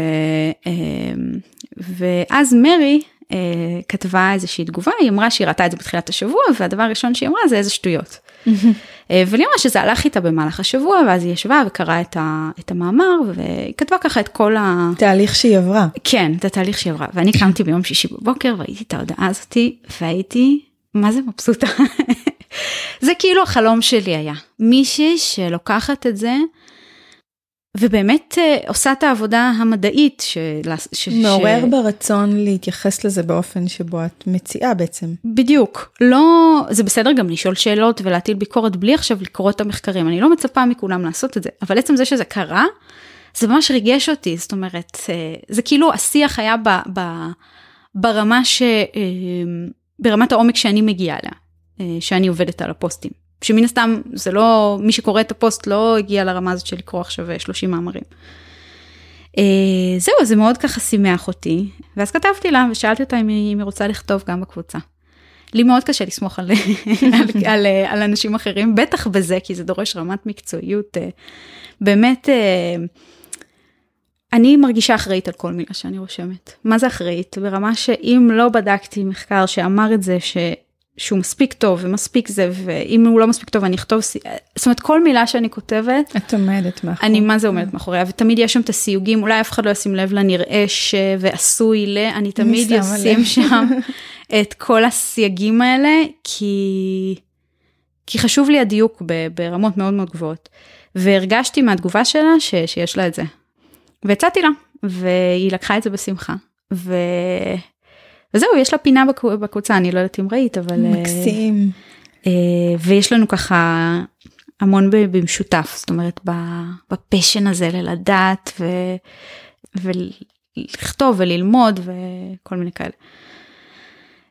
ואז מרי כתבה איזושהי תגובה, היא אמרה שהיא ראתה את זה בתחילת השבוע, והדבר הראשון שהיא אמרה זה איזה שטויות. והיא אמרה שזה הלך איתה במהלך השבוע, ואז היא ישבה וקראה את, ה, את המאמר, והיא כתבה ככה את כל ה... תהליך שהיא עברה. כן, את התהליך שהיא עברה. ואני קמתי ביום שישי בבוקר, והייתי את ההודעה הזאת, והייתי, מה זה מבסוטה? זה כאילו החלום שלי היה. מישהי שלוקחת את זה, ובאמת עושה את העבודה המדעית. ש... מעורר ש... ברצון להתייחס לזה באופן שבו את מציעה בעצם. בדיוק. לא, זה בסדר גם לשאול שאלות ולהטיל ביקורת בלי עכשיו לקרוא את המחקרים. אני לא מצפה מכולם לעשות את זה, אבל עצם זה שזה קרה, זה ממש ריגש אותי. זאת אומרת, זה כאילו השיח היה ב... ב... ברמה ש... ברמת העומק שאני מגיעה לה. שאני עובדת על הפוסטים. שמן הסתם, זה לא, מי שקורא את הפוסט לא הגיע לרמה הזאת של לקרוא עכשיו שלושים מאמרים. זהו, זה מאוד ככה שימח אותי, ואז כתבתי לה ושאלתי אותה אם היא רוצה לכתוב גם בקבוצה. לי מאוד קשה לסמוך על, על, על, על אנשים אחרים, בטח בזה, כי זה דורש רמת מקצועיות. באמת, אני מרגישה אחראית על כל מילה שאני רושמת. מה זה אחראית? ברמה שאם לא בדקתי מחקר שאמר את זה, ש... שהוא מספיק טוב ומספיק זה, ואם הוא לא מספיק טוב אני אכתוב, זאת אומרת כל מילה שאני כותבת, את עומדת מאחורי. אני מה זה עומדת מאחוריה, ותמיד יש שם את הסיוגים, אולי אף אחד לא ישים לב לנראה ש... ועשוי ל... אני תמיד אשים שם את כל הסייגים האלה, כי... כי חשוב לי הדיוק ברמות מאוד מאוד גבוהות, והרגשתי מהתגובה שלה ש... שיש לה את זה. והצעתי לה, והיא לקחה את זה בשמחה, ו... וזהו, יש לה פינה בקבוצה, אני לא יודעת אם ראית, אבל... מקסים. ויש לנו ככה המון במשותף, זאת אומרת, בפשן הזה ללדעת, ו... ולכתוב וללמוד, וכל מיני כאלה.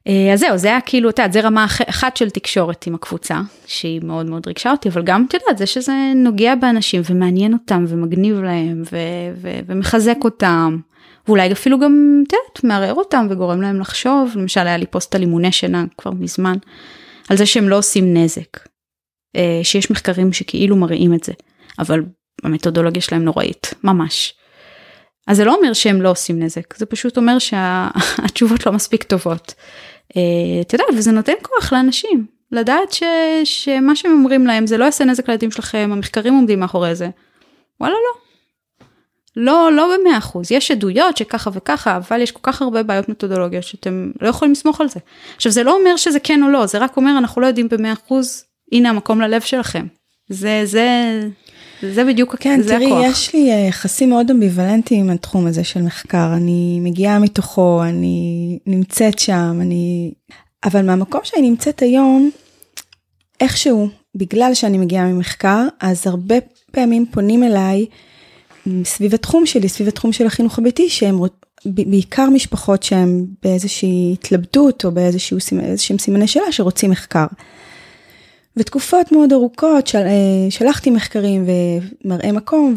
אז זהו, זה היה כאילו, אתה יודעת, זה רמה אחת של תקשורת עם הקבוצה, שהיא מאוד מאוד ריגשה אותי, אבל גם, אתה יודעת, זה שזה נוגע באנשים, ומעניין אותם, ומגניב להם, ו- ו- ומחזק אותם, ואולי אפילו גם, אתה יודעת, מערער אותם, וגורם להם לחשוב, למשל היה לי פוסט על אימוני שינה, כבר מזמן, על זה שהם לא עושים נזק, שיש מחקרים שכאילו מראים את זה, אבל המתודולוגיה שלהם נוראית, ממש. אז זה לא אומר שהם לא עושים נזק, זה פשוט אומר שהתשובות לא מספיק טובות. אתה יודע, וזה נותן כוח לאנשים, לדעת ש, שמה שהם אומרים להם, זה לא יעשה נזק לילדים שלכם, המחקרים עומדים מאחורי זה. וואלה, לא. לא, לא במאה אחוז. יש עדויות שככה וככה, אבל יש כל כך הרבה בעיות מתודולוגיות, שאתם לא יכולים לסמוך על זה. עכשיו, זה לא אומר שזה כן או לא, זה רק אומר, אנחנו לא יודעים במאה אחוז, הנה המקום ללב שלכם. זה, זה, זה בדיוק, כן, זה תראי, הכוח. יש לי יחסים מאוד אמביוולנטיים עם התחום הזה של מחקר, אני מגיעה מתוכו, אני נמצאת שם, אני... אבל מהמקום שאני נמצאת היום, איכשהו, בגלל שאני מגיעה ממחקר, אז הרבה פעמים פונים אליי, סביב התחום שלי, סביב התחום של החינוך הביתי, שהם בעיקר משפחות שהן באיזושהי התלבטות, או באיזשהם סימני שאלה שרוצים מחקר. ותקופות מאוד ארוכות, של, שלחתי מחקרים ומראה מקום, ו...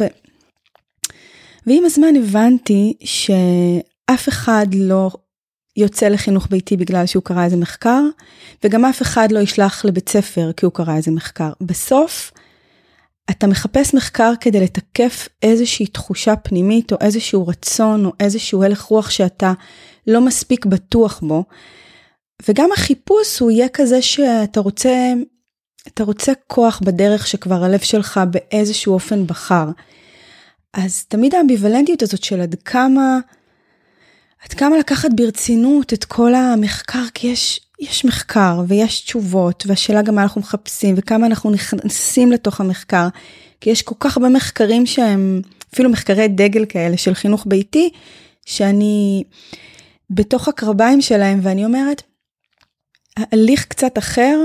ועם הזמן הבנתי שאף אחד לא יוצא לחינוך ביתי בגלל שהוא קרא איזה מחקר, וגם אף אחד לא ישלח לבית ספר כי הוא קרא איזה מחקר. בסוף, אתה מחפש מחקר כדי לתקף איזושהי תחושה פנימית, או איזשהו רצון, או איזשהו הלך רוח שאתה לא מספיק בטוח בו, וגם החיפוש הוא יהיה כזה שאתה רוצה... אתה רוצה כוח בדרך שכבר הלב שלך באיזשהו אופן בחר. אז תמיד האמביוולנטיות הזאת של עד כמה, עד כמה לקחת ברצינות את כל המחקר, כי יש, יש מחקר ויש תשובות, והשאלה גם מה אנחנו מחפשים, וכמה אנחנו נכנסים לתוך המחקר, כי יש כל כך הרבה מחקרים שהם, אפילו מחקרי דגל כאלה של חינוך ביתי, שאני בתוך הקרביים שלהם, ואני אומרת, ההליך קצת אחר,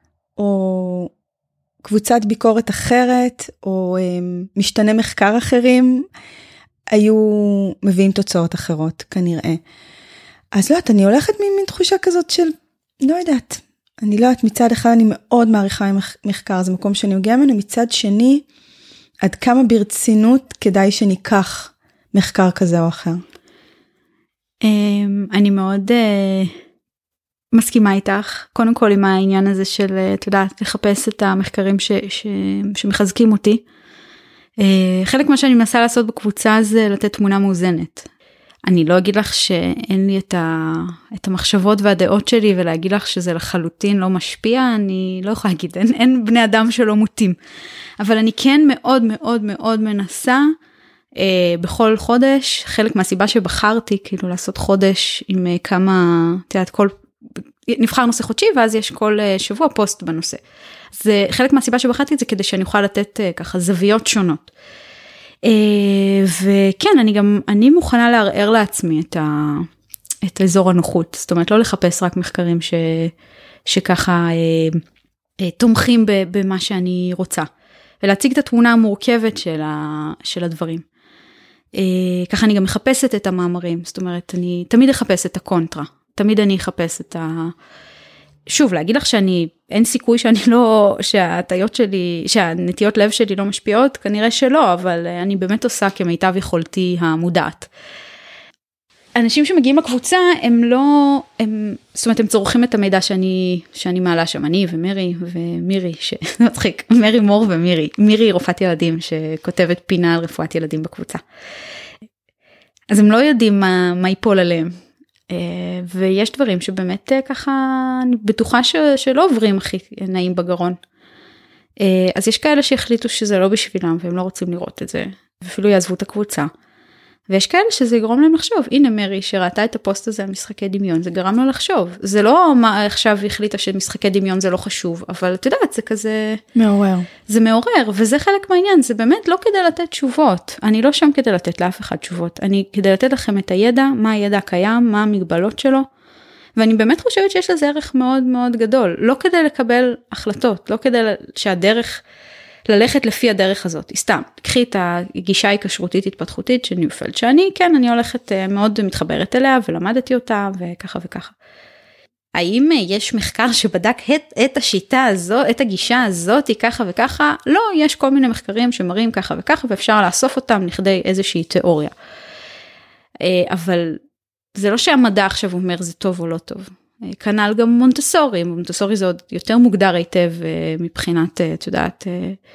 או קבוצת ביקורת אחרת, או um, משתנה מחקר אחרים, היו מביאים תוצאות אחרות, כנראה. אז לא יודעת, אני הולכת ממין תחושה כזאת של, לא יודעת, אני לא יודעת, מצד אחד אני מאוד מעריכה עם מחקר, זה מקום שאני מגיעה ממנו, מצד שני, עד כמה ברצינות כדאי שניקח מחקר כזה או אחר. אני מאוד... מסכימה איתך, קודם כל עם העניין הזה של, אתה יודע, לחפש את המחקרים ש, ש, שמחזקים אותי. חלק מה שאני מנסה לעשות בקבוצה זה לתת תמונה מאוזנת. אני לא אגיד לך שאין לי את, ה, את המחשבות והדעות שלי, ולהגיד לך שזה לחלוטין לא משפיע, אני לא יכולה להגיד, אין, אין בני אדם שלא מוטים. אבל אני כן מאוד מאוד מאוד מנסה, אה, בכל חודש, חלק מהסיבה שבחרתי, כאילו לעשות חודש עם כמה, אתה יודעת, כל נבחר נושא חודשי, ואז יש כל שבוע פוסט בנושא. זה חלק מהסיבה שבחרתי את זה, כדי שאני אוכל לתת ככה זוויות שונות. וכן, אני גם, אני מוכנה לערער לעצמי את ה, את אזור הנוחות. זאת אומרת, לא לחפש רק מחקרים ש, שככה תומכים במה שאני רוצה. ולהציג את התמונה המורכבת של, ה, של הדברים. ככה אני גם מחפשת את המאמרים. זאת אומרת, אני תמיד אחפש את הקונטרה. תמיד אני אחפש את ה... שוב, להגיד לך שאני, אין סיכוי שאני לא, שההטיות שלי, שהנטיות לב שלי לא משפיעות, כנראה שלא, אבל אני באמת עושה כמיטב יכולתי המודעת. אנשים שמגיעים לקבוצה, הם לא, הם, זאת אומרת, הם צורכים את המידע שאני, שאני מעלה שם, אני ומרי ומירי, שמצחיק, מרי מור ומירי, מירי רופאת ילדים, שכותבת פינה על רפואת ילדים בקבוצה. אז הם לא יודעים מה, מה ייפול עליהם. ויש דברים שבאמת ככה, אני בטוחה ש, שלא עוברים הכי נעים בגרון. אז יש כאלה שהחליטו שזה לא בשבילם, והם לא רוצים לראות את זה, ואפילו יעזבו את הקבוצה. ויש כאלה שזה יגרום להם לחשוב, הנה מרי שראתה את הפוסט הזה על משחקי דמיון, זה גרם לו לחשוב. זה לא מה עכשיו החליטה שמשחקי דמיון זה לא חשוב, אבל את יודעת, זה כזה... מעורר. זה מעורר, וזה חלק מהעניין, זה באמת לא כדי לתת תשובות. אני לא שם כדי לתת לאף אחד תשובות, אני כדי לתת לכם את הידע, מה הידע הקיים, מה המגבלות שלו, ואני באמת חושבת שיש לזה ערך מאוד מאוד גדול, לא כדי לקבל החלטות, לא כדי שהדרך... ללכת לפי הדרך הזאת, סתם, קחי את הגישה ההיקשרותית התפתחותית של ניופלד, שאני, כן, אני הולכת מאוד מתחברת אליה, ולמדתי אותה, וככה וככה. האם יש מחקר שבדק את, את השיטה הזו, את הגישה הזאת, היא ככה וככה? לא, יש כל מיני מחקרים שמראים ככה וככה, ואפשר לאסוף אותם לכדי איזושהי תיאוריה. אבל זה לא שהמדע עכשיו אומר זה טוב או לא טוב. כנ"ל גם מונטסורי, מונטסורי זה עוד יותר מוגדר היטב מבחינת, את יודעת,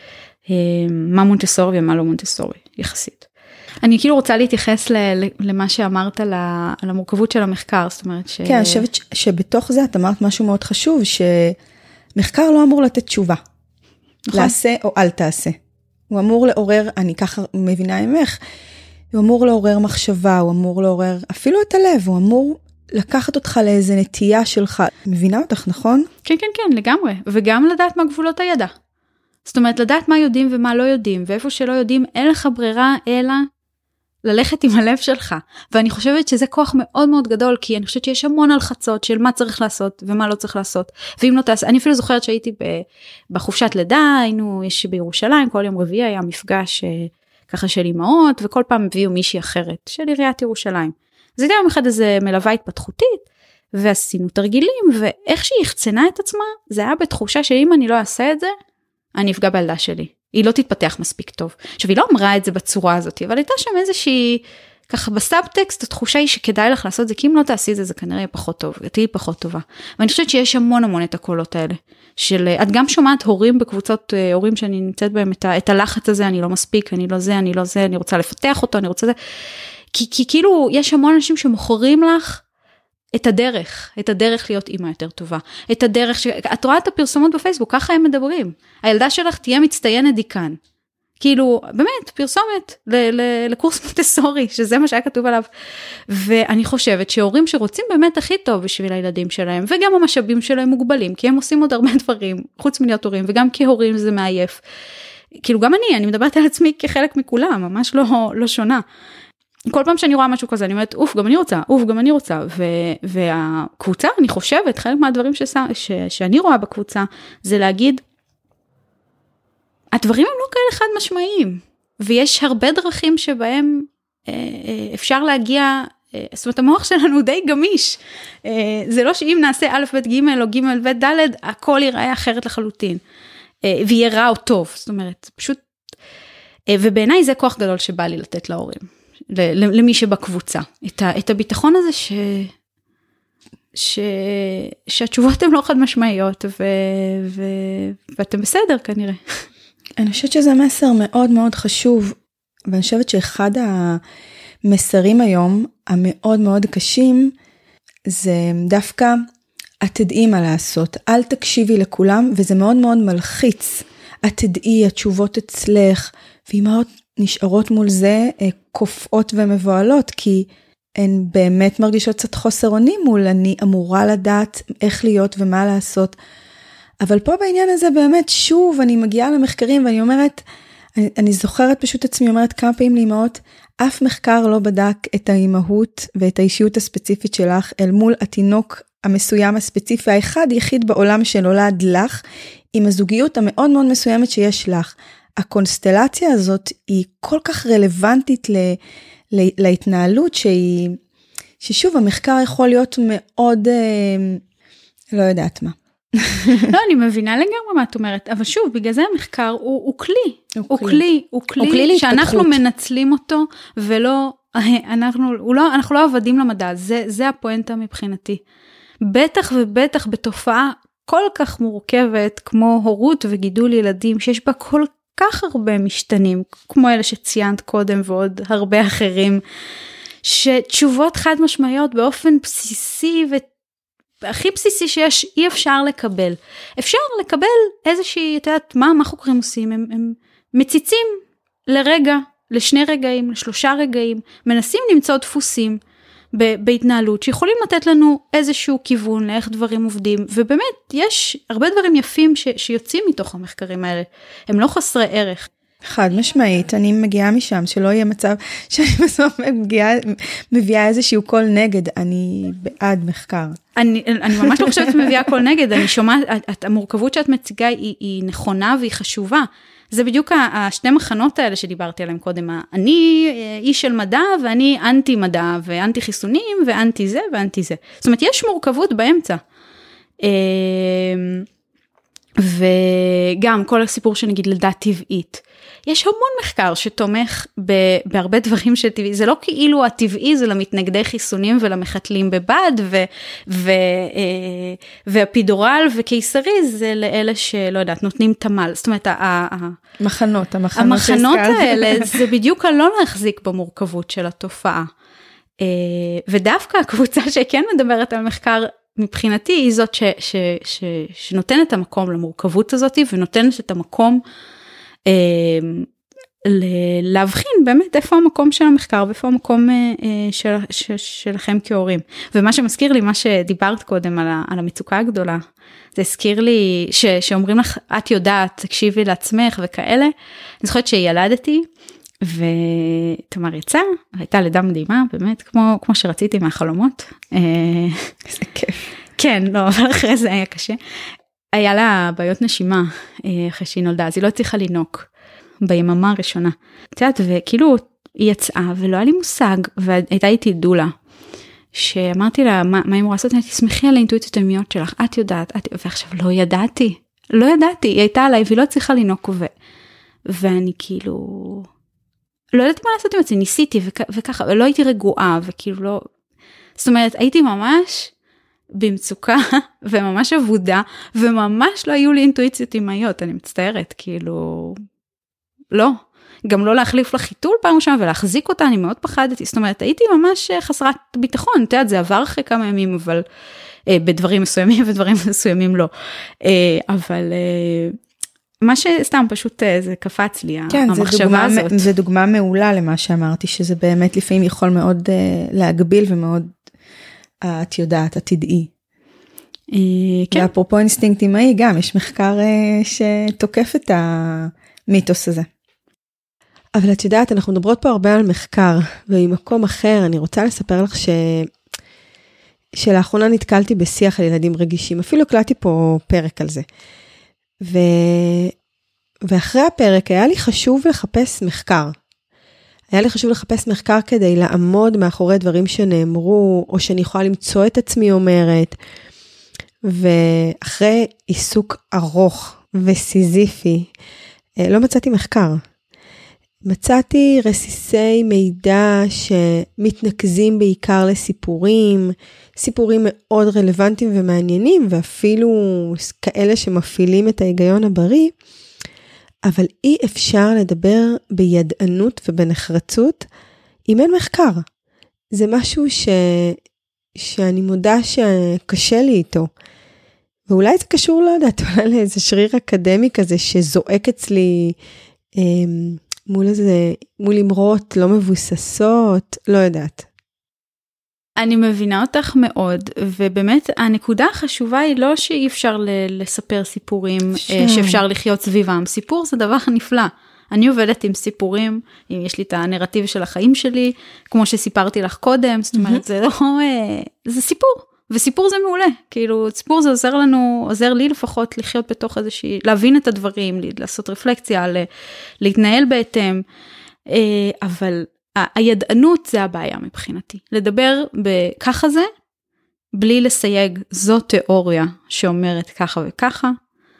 מה מונטסורי ומה לא מונטסורי, יחסית. אני כאילו רוצה להתייחס למה שאמרת על המורכבות של המחקר, זאת אומרת ש... כן, אני חושבת שבתוך זה את אמרת משהו מאוד חשוב, שמחקר לא אמור לתת תשובה. לעשה או אל תעשה. הוא אמור לעורר, אני ככה מבינה ממך, הוא אמור לעורר מחשבה, הוא אמור לעורר אפילו את הלב, הוא אמור לקחת אותך לאיזה נטייה שלך. מבינה אותך, נכון? כן, כן, כן, לגמרי. וגם לדעת מה גבולות הידע. זאת אומרת, לדעת מה יודעים ומה לא יודעים, ואיפה שלא יודעים, אין לך ברירה, אלא ללכת עם הלב שלך. ואני חושבת שזה כוח מאוד מאוד גדול, כי אני חושבת שיש המון הלחצות של מה צריך לעשות ומה לא צריך לעשות. ואם לא תעשה, אני אפילו זוכרת שהייתי בחופשת לידה, היינו, יש בירושלים, כל יום רביעי היה מפגש ככה של אמהות, וכל פעם הביאו מישהי אחרת של עיריית ירושלים. אז הייתה יום אחד איזה מלווה התפתחותית, ועשינו תרגילים, ואיך שהיא החצנה את עצמה, זה היה בתחושה שאם אני לא אעשה את זה, אני אפגע בילדה שלי. היא לא תתפתח מספיק טוב. עכשיו, היא לא אמרה את זה בצורה הזאת, אבל הייתה שם איזושהי, ככה בסאבטקסט, התחושה היא שכדאי לך לעשות את זה, כי אם לא תעשי את זה, זה כנראה יהיה פחות טוב, תהיי פחות טובה. ואני חושבת שיש המון המון את הקולות האלה, של, את גם שומעת הורים בקבוצות, הורים שאני נמצאת בהם, את, ה, את הלחץ הזה, אני לא מספיק, אני לא זה, אני לא זה, אני רוצה לפתח אותו, אני רוצה זה. כי, כי כאילו, יש המון אנשים שמוכרים לך, את הדרך, את הדרך להיות אימא יותר טובה, את הדרך, ש... את רואה את הפרסומות בפייסבוק, ככה הם מדברים, הילדה שלך תהיה מצטיינת דיקן, כאילו, באמת, פרסומת ל- ל- לקורס מונטסורי, שזה מה שהיה כתוב עליו, ואני חושבת שהורים שרוצים באמת הכי טוב בשביל הילדים שלהם, וגם המשאבים שלהם מוגבלים, כי הם עושים עוד הרבה דברים, חוץ מלהיות הורים, וגם כהורים זה מעייף, כאילו גם אני, אני מדברת על עצמי כחלק מכולם, ממש לא, לא שונה, כל פעם שאני רואה משהו כזה, אני אומרת, אוף, גם אני רוצה, אוף, גם אני רוצה, ו- והקבוצה, אני חושבת, חלק מהדברים ש- ש- שאני רואה בקבוצה, זה להגיד, הדברים הם לא כאלה חד משמעיים, ויש הרבה דרכים שבהם אה, אה, אפשר להגיע, אה, זאת אומרת, המוח שלנו די גמיש, אה, זה לא שאם נעשה א' ב' ג' או ג' ב' ד', הכל ייראה אחרת לחלוטין, אה, ויהיה רע או טוב, זאת אומרת, פשוט, אה, ובעיניי זה כוח גדול שבא לי לתת להורים. למי שבקבוצה, את, ה, את הביטחון הזה ש, ש, שהתשובות הן לא חד משמעיות, ו, ו, ואתם בסדר כנראה. אני חושבת שזה מסר מאוד מאוד חשוב, ואני חושבת שאחד המסרים היום, המאוד מאוד קשים, זה דווקא, את תדעי מה לעשות, אל תקשיבי לכולם, וזה מאוד מאוד מלחיץ, את תדעי, התשובות אצלך, ואמהות נשארות מול זה קופאות ומבועלות, כי הן באמת מרגישות קצת חוסר אונים מול אני אמורה לדעת איך להיות ומה לעשות. אבל פה בעניין הזה באמת שוב אני מגיעה למחקרים ואני אומרת, אני, אני זוכרת פשוט עצמי אומרת כמה פעמים לאמהות, אף מחקר לא בדק את האימהות ואת האישיות הספציפית שלך אל מול התינוק המסוים הספציפי, האחד יחיד בעולם שנולד לך, עם הזוגיות המאוד מאוד מסוימת שיש לך. הקונסטלציה הזאת היא כל כך רלוונטית ל, ל, להתנהלות שהיא, ששוב המחקר יכול להיות מאוד, אה, לא יודעת מה. לא, אני מבינה לגמרי מה את אומרת, אבל שוב, בגלל זה המחקר הוא, הוא כלי, הוא, הוא כלי, כלי, הוא כלי, הוא כלי שאנחנו מנצלים אותו, ולא, אנחנו, לא, אנחנו לא עבדים למדע, זה, זה הפואנטה מבחינתי. בטח ובטח בתופעה כל כך מורכבת, כמו הורות וגידול ילדים, שיש בה כל כך הרבה משתנים, כמו אלה שציינת קודם ועוד הרבה אחרים, שתשובות חד משמעיות באופן בסיסי והכי בסיסי שיש, אי אפשר לקבל. אפשר לקבל איזושהי, את יודעת, מה, מה חוקרים עושים? הם, הם מציצים לרגע, לשני רגעים, לשלושה רגעים, מנסים למצוא דפוסים בהתנהלות, שיכולים לתת לנו איזשהו כיוון לאיך דברים עובדים, ובאמת יש הרבה דברים יפים ש, שיוצאים מתוך המחקרים האלה, הם לא חסרי ערך. חד משמעית, אני מגיעה משם, שלא יהיה מצב שאני בסוף מגיעה, מביאה איזשהו קול נגד, אני בעד מחקר. אני, אני ממש לא חושבת מביאה קול נגד, אני שומעת, המורכבות שאת מציגה היא, היא נכונה והיא חשובה, זה בדיוק השתי מחנות האלה שדיברתי עליהם קודם, אני איש של מדע ואני אנטי מדע ואנטי חיסונים ואנטי זה ואנטי זה. זאת אומרת, יש מורכבות באמצע. וגם כל הסיפור שנגיד לידה טבעית, יש המון מחקר שתומך בהרבה דברים שטבעי, זה לא כאילו הטבעי זה למתנגדי חיסונים ולמחתלים בבד, והפידורל וקיסרי זה לאלה שלא יודעת, נותנים תמל, זאת אומרת, מחנות, המחנות האלה, זה בדיוק הלא להחזיק במורכבות של התופעה. ודווקא הקבוצה שכן מדברת על מחקר, מבחינתי היא זאת ש, ש, ש, שנותנת את המקום למורכבות הזאת, ונותנת את המקום אה, להבחין באמת איפה המקום של המחקר, ואיפה המקום אה, של, של, שלכם כהורים. ומה שמזכיר לי, מה שדיברת קודם על, ה, על המצוקה הגדולה, זה הזכיר לי ש, שאומרים לך, את יודעת, תקשיבי לעצמך וכאלה. אני זוכרת שילדתי, ותמר יצא, הייתה לידה מדהימה, באמת, כמו, כמו שרציתי מהחלומות. איזה כיף. כן, לא, אבל אחרי זה היה קשה. היה לה בעיות נשימה, אחרי שהיא נולדה, אז היא לא הצליחה לנוק, ביממה הראשונה. את יודעת, וכאילו, היא יצאה, ולא היה לי מושג, והייתה איתי דולה, שאמרתי לה, מה, מה היא אמורה לעשות? אני תשמחי על האינטואיציות המיות שלך, את יודעת, את... ועכשיו לא ידעתי, לא ידעתי, היא הייתה עליי, והיא לא הצליחה לנוק, ו... ואני כאילו... לא יודעת מה לעשות עם עצמי, ניסיתי וככה, ולא הייתי רגועה, וכאילו לא, זאת אומרת, הייתי ממש במצוקה, וממש עבודה, וממש לא היו לי אינטואיציות אימהיות, אני מצטערת, כאילו, לא, גם לא להחליף לחיתול פעם שם, ולהחזיק אותה, אני מאוד פחדתי, זאת אומרת, הייתי ממש חסרת ביטחון, אתה יודעת, זה עבר אחרי כמה ימים, אבל, אה, בדברים מסוימים, ודברים מסוימים לא, אה, אבל, אה, מה שסתם פשוט זה קפץ לי, כן, המחשבה דוגמה, הזאת. זה דוגמה מעולה למה שאמרתי, שזה באמת לפעמים יכול מאוד uh, להגביל ומאוד, uh, את יודעת, עתידאי. Uh, כן. ואפרופו אינסטינקט אימהי, גם יש מחקר uh, שתוקף את המיתוס הזה. אבל את יודעת, אנחנו מדברות פה הרבה על מחקר, וממקום אחר, אני רוצה לספר לך ש... שלאחרונה נתקלתי בשיח על ילדים רגישים, אפילו הקלטתי פה פרק על זה. ו... ואחרי הפרק היה לי חשוב לחפש מחקר. היה לי חשוב לחפש מחקר כדי לעמוד מאחורי דברים שנאמרו, או שאני יכולה למצוא את עצמי אומרת. ואחרי עיסוק ארוך וסיזיפי, לא מצאתי מחקר. מצאתי רסיסי מידע שמתנקזים בעיקר לסיפורים, סיפורים מאוד רלוונטיים ומעניינים, ואפילו כאלה שמפעילים את ההיגיון הבריא, אבל אי אפשר לדבר בידענות ובנחרצות אם אין מחקר. זה משהו ש... שאני מודה שקשה לי איתו. ואולי זה קשור, לא יודעת, אולי לאיזה שריר אקדמי כזה שזועק אצלי אמ, מול איזה, מול אמרות לא מבוססות, לא יודעת. אני מבינה אותך מאוד, ובאמת הנקודה החשובה היא לא שאי אפשר לספר סיפורים אפשר. שאפשר לחיות סביבם. סיפור זה דבר נפלא. אני עובדת עם סיפורים, אם יש לי את הנרטיב של החיים שלי, כמו שסיפרתי לך קודם, זאת אומרת, זה לא, זה סיפור, וסיפור זה מעולה, כאילו, סיפור זה עוזר לנו, עוזר לי לפחות לחיות בתוך איזושהי, להבין את הדברים, לעשות רפלקציה, להתנהל בהתאם, אבל הידענות זה הבעיה מבחינתי, לדבר בככה זה, בלי לסייג, זו תיאוריה שאומרת ככה וככה,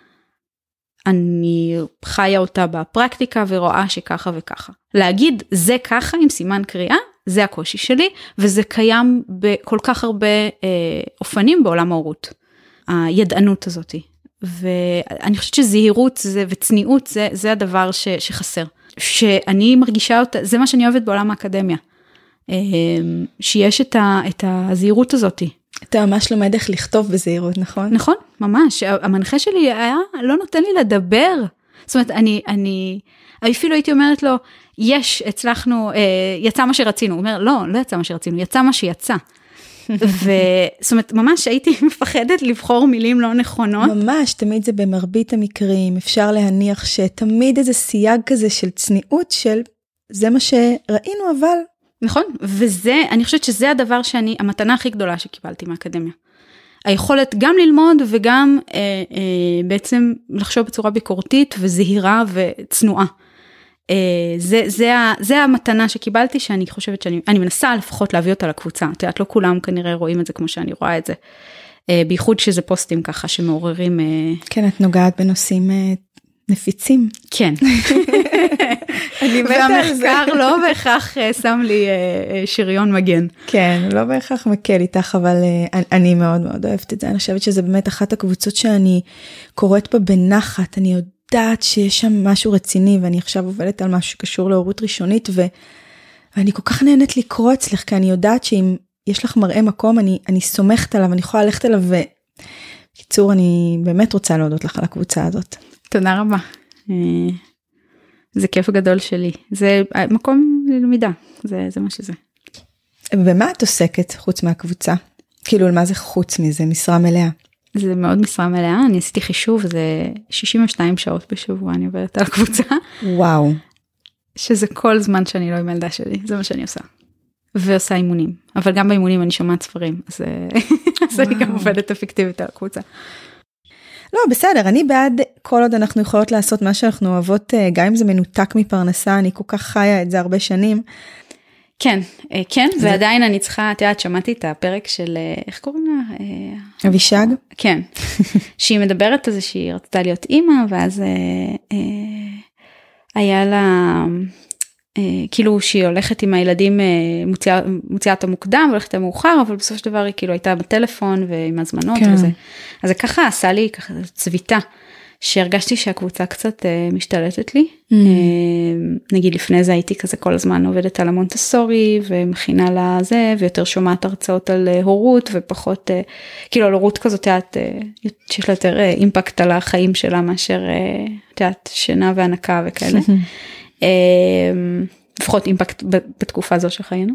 אני חיה אותה בפרקטיקה ורואה שככה וככה. להגיד זה ככה עם סימן קריאה, זה הקושי שלי, וזה קיים בכל כך הרבה אה, אופנים בעולם ההורות. הידענות הזאת. ואני חושבת שזהירות זה, וצניעות זה, זה הדבר ש, שחסר. שאני מרגישה אותה, זה מה שאני אוהבת בעולם האקדמיה. אה, שיש את, ה, את הזהירות הזאת. אתה ממש לומד איך לכתוב בזהירות, נכון? נכון, ממש. המנחה שלי היה, לא נותן לי לדבר. זאת אומרת, אני, אני, אפילו הייתי אומרת לו, יש, הצלחנו, יצא מה שרצינו. הוא אומר, לא, לא יצא מה שרצינו, יצא מה שיצא. וזאת אומרת, ממש הייתי מפחדת לבחור מילים לא נכונות. ממש, תמיד זה במרבית המקרים. אפשר להניח שתמיד איזה סייג כזה של צניעות של, זה מה שראינו, אבל... נכון, וזה, אני חושבת שזה הדבר שאני, המתנה הכי גדולה שקיבלתי מהאקדמיה. היכולת גם ללמוד וגם אה, אה, בעצם לחשוב בצורה ביקורתית וזהירה וצנועה. אה, זה, זה, זה המתנה שקיבלתי שאני חושבת שאני, אני מנסה לפחות להביא אותה לקבוצה. את יודעת, לא כולם כנראה רואים את זה כמו שאני רואה את זה. בייחוד שזה פוסטים ככה שמעוררים... כן, את נוגעת בנושאים נפיצים. כן. והמחקר לא בהכרח שם לי שריון מגן. כן, לא בהכרח מקל איתך, אבל אני מאוד מאוד אוהבת את זה. אני חושבת שזה באמת אחת הקבוצות שאני קוראת בה בנחת. אני יודעת שיש שם משהו רציני, ואני עכשיו עובדת על משהו שקשור להורות ראשונית, ואני כל כך נהנית לקרוא אצלך, כי אני יודעת שאם יש לך מראה מקום, אני, אני סומכת עליו, אני יכולה ללכת אליו, וקיצור, אני באמת רוצה להודות לך על הקבוצה הזאת. תודה רבה. זה כיף גדול שלי. זה מקום ללמידה. זה, זה מה שזה. במה את עוסקת חוץ מהקבוצה? כאילו, מה זה חוץ מזה? משרה מלאה? זה מאוד משרה מלאה. אני עשיתי חישוב, זה שישים ושתיים שעות בשבוע, אני עובדת על הקבוצה. וואו. שזה כל זמן שאני לא עם הילדה שלי. זה מה שאני עושה. ועושה אימונים. אבל גם באימונים אני שומעת ספרים. אז, אז אני גם עובדת אפקטיבית על הקבוצה. לא, בסדר, אני בעד כל עוד אנחנו יכולות לעשות מה שאנחנו אוהבות, גם אם זה מנותק מפרנסה, אני כל כך חיה את זה הרבה שנים. כן, כן, ועדיין אני צריכה, את יודעת, שמעתי את הפרק של, איך קוראים לה? אבישג? כן, שהיא מדברת על זה שהיא רצתה להיות אימא, ואז היה לה... כאילו שהיא הולכת עם הילדים, מוציאה, מוציאה אותו מוקדם, הולכת המאוחר, אבל בסופו של דבר היא כאילו הייתה בטלפון ועם הזמנות כן. וזה. אז זה ככה עשה לי ככה צביטה, שהרגשתי שהקבוצה קצת משתלטת לי. Mm. נגיד לפני זה הייתי כזה כל הזמן עובדת על המונטסורי, ומכינה לזה, ויותר שומעת הרצאות על הורות, ופחות, כאילו על הורות כזאת, תיאת, שיש לה יותר אימפקט על החיים שלה, מאשר תיאת שינה והנקה וכאלה. לפחות אימפקט בתקופה הזו שחיינו.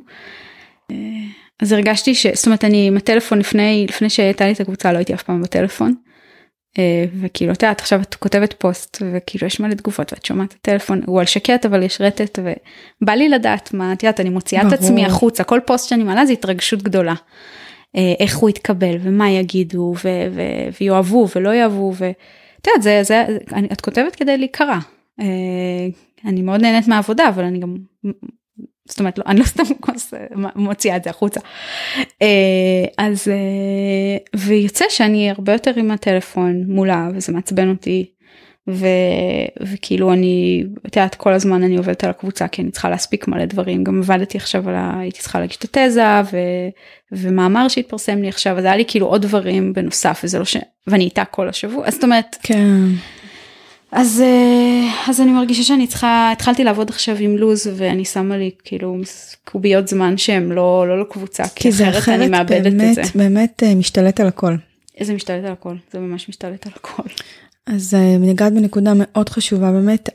אז הרגשתי ש... זאת אומרת, אני עם הטלפון לפני, לפני שהייתה לי את הקבוצה, לא הייתי אף פעם בטלפון. וכאילו, אתה יודעת, עכשיו את כותבת פוסט, וכאילו יש מלא תגובות, ואת שומעת את הטלפון, הוא על שקט, אבל יש רטט, ובא לי לדעת מה, את יודעת, אני מוציאה את עצמי החוצה, כל פוסט שאני מעלה, זה התרגשות גדולה. איך הוא יתקבל, ומה יגידו, ויואבו, ולא יאהבו, ואת יודעת, זה, זה, את כותבת כדי להיקרא. אני מאוד נהנית מהעבודה, אבל אני גם, זאת אומרת, לא, אני לא סתם מוציאה את זה החוצה. אז, ויוצא שאני הרבה יותר עם הטלפון מולה, וזה מעצבן אותי, ו, וכאילו אני, את יודעת, כל הזמן אני עובדת על הקבוצה, כי אני צריכה להספיק מלא דברים, גם עבדתי עכשיו על ה... הייתי צריכה להגיש את התזה, ו, ומאמר שהתפרסם לי עכשיו, אז היה לי כאילו עוד דברים בנוסף, וזה לא ש... ואני איתה כל השבוע, אז זאת אומרת... כן. אז, אז אני מרגישה שאני צריכה, התחלתי לעבוד עכשיו עם לוז, ואני שמה לי כאילו קוביות זמן שהם לא, לא לקבוצה, כי זה אחרת אני מאבדת באמת, את זה. באמת משתלט על הכל. איזה משתלט על הכל, זה ממש משתלט על הכל. אז נגעת בנקודה מאוד חשובה, באמת,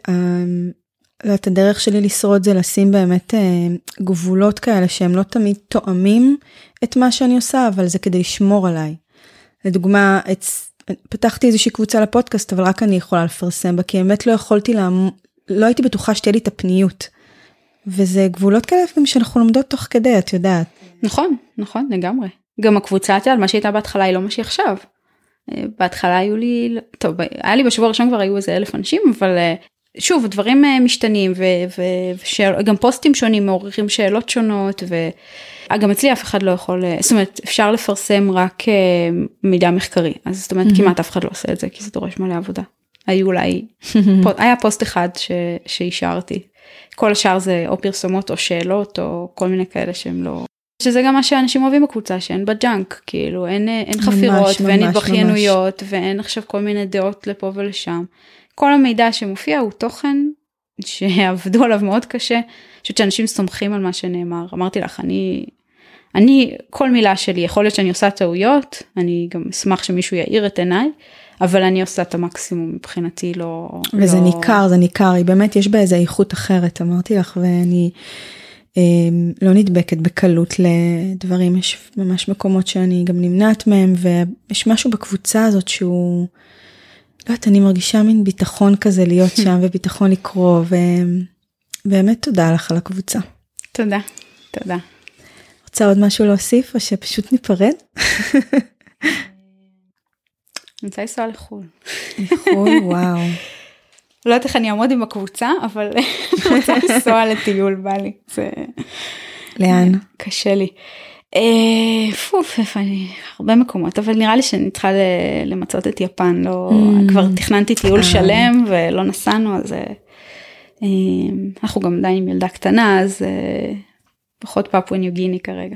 את הדרך שלי לשרוד זה לשים באמת גבולות כאלה, שהם לא תמיד תואמים את מה שאני עושה, אבל זה כדי לשמור עליי. לדוגמה, את... פתחתי איזושהי קבוצה לפודקאסט, אבל רק אני יכולה לפרסם בה, כי באמת לא יכולתי, לה... לא הייתי בטוחה שתהיה לי את הפניות. וזה גבולות כאלה שאנחנו לומדות תוך כדי, את יודעת. נכון, נכון, לגמרי. גם הקבוצה, על מה שהייתה בהתחלה, היא לא מה שהיא עכשיו. בהתחלה היו לי, טוב, היה לי בשבוע הראשון כבר היו איזה אלף אנשים, אבל שוב, דברים משתנים, וגם פוסטים שונים, מעוררים שאלות שונות, וגם אצלי אף אחד לא יכול, זאת אומרת, אפשר לפרסם רק מידע מחקרי, אז זאת אומרת, כמעט אף אחד לא עושה את זה, כי זה דורש מלא עבודה. היו אולי, היה פוסט אחד שהשארתי, כל השאר זה או פרסומות או שאלות, או כל מיני כאלה שהם לא... שזה גם מה שאנשים אוהבים בקבוצה, שאין בה ג'אנק, כאילו, אין, אין חפירות, ממש, ואין התבחיינויות, ואין עכשיו כל מיני דעות לפה ולשם. כל המידע שמופיע הוא תוכן שעבדו עליו מאוד קשה, פשוט שאנשים סומכים על מה שנאמר. אמרתי לך, אני, אני, כל מילה שלי, יכול להיות שאני עושה טעויות, אני גם אשמח שמישהו יאיר את עיניי, אבל אני עושה את המקסימום מבחינתי, לא... וזה לא... ניכר, זה ניכר, היא באמת יש בה איזו איכות אחרת, אמרתי לך, ואני... לא נדבקת בקלות לדברים, יש ממש מקומות שאני גם נמנעת מהם, ויש משהו בקבוצה הזאת שהוא, לא יודעת, אני מרגישה מין ביטחון כזה להיות שם, וביטחון לקרוא, ובאמת תודה לך על הקבוצה. תודה, תודה. רוצה עוד משהו להוסיף, או שפשוט ניפרד? אני רוצה לנסוע לחול. לחול, וואו. לא יודעת איך אני אעמוד עם הקבוצה, אבל אני רוצה לנסוע לטיול, בא לי. זה... לאן? קשה לי. פוף, איפה אני, הרבה מקומות, אבל נראה לי שאני צריכה למצות את יפן, לא, כבר תכננתי טיול שלם ולא נסענו, אז אנחנו גם עדיין עם ילדה קטנה, אז פחות פפואה ניו גיני כרגע.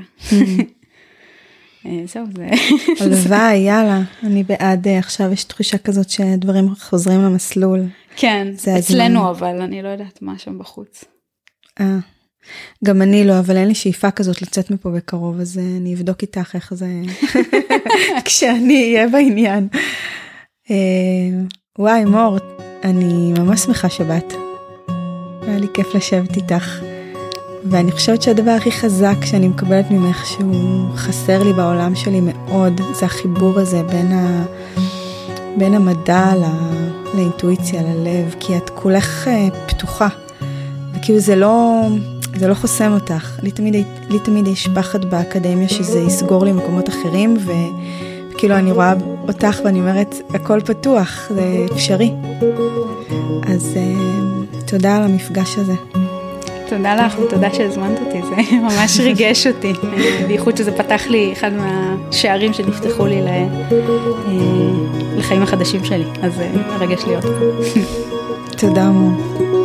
זהו, זה... הלוואי, יאללה, אני בעד, עכשיו יש תחושה כזאת שדברים חוזרים למסלול. כן, אצלנו אבל, אני לא יודעת מה שם בחוץ. אה. גם אני לא, אבל אין לי שאיפה כזאת לצאת מפה בקרוב, אז אני אבדוק איתך איך זה, כשאני אהיה בעניין. וואי, מור, אני ממש שמחה שבאת. היה לי כיף לשבת איתך. ואני חושבת שהדבר הכי חזק שאני מקבלת ממך, שהוא חסר לי בעולם שלי מאוד, זה החיבור הזה בין, ה... בין המדע לאינטואיציה, ללב, כי את כולך פתוחה. וכאילו זה לא... זה לא חוסם אותך. לי תמיד, לי תמיד יש פחד באקדמיה שזה יסגור לי מקומות אחרים, וכאילו אני רואה אותך ואני אומרת, הכל פתוח, זה אפשרי. אז תודה על המפגש הזה. תודה לך ותודה שהזמנת אותי, זה ממש ריגש אותי. בייחוד שזה פתח לי אחד מהשערים שנפתחו לי לחיים החדשים שלי, אז מרגש להיות פה. תודה מור.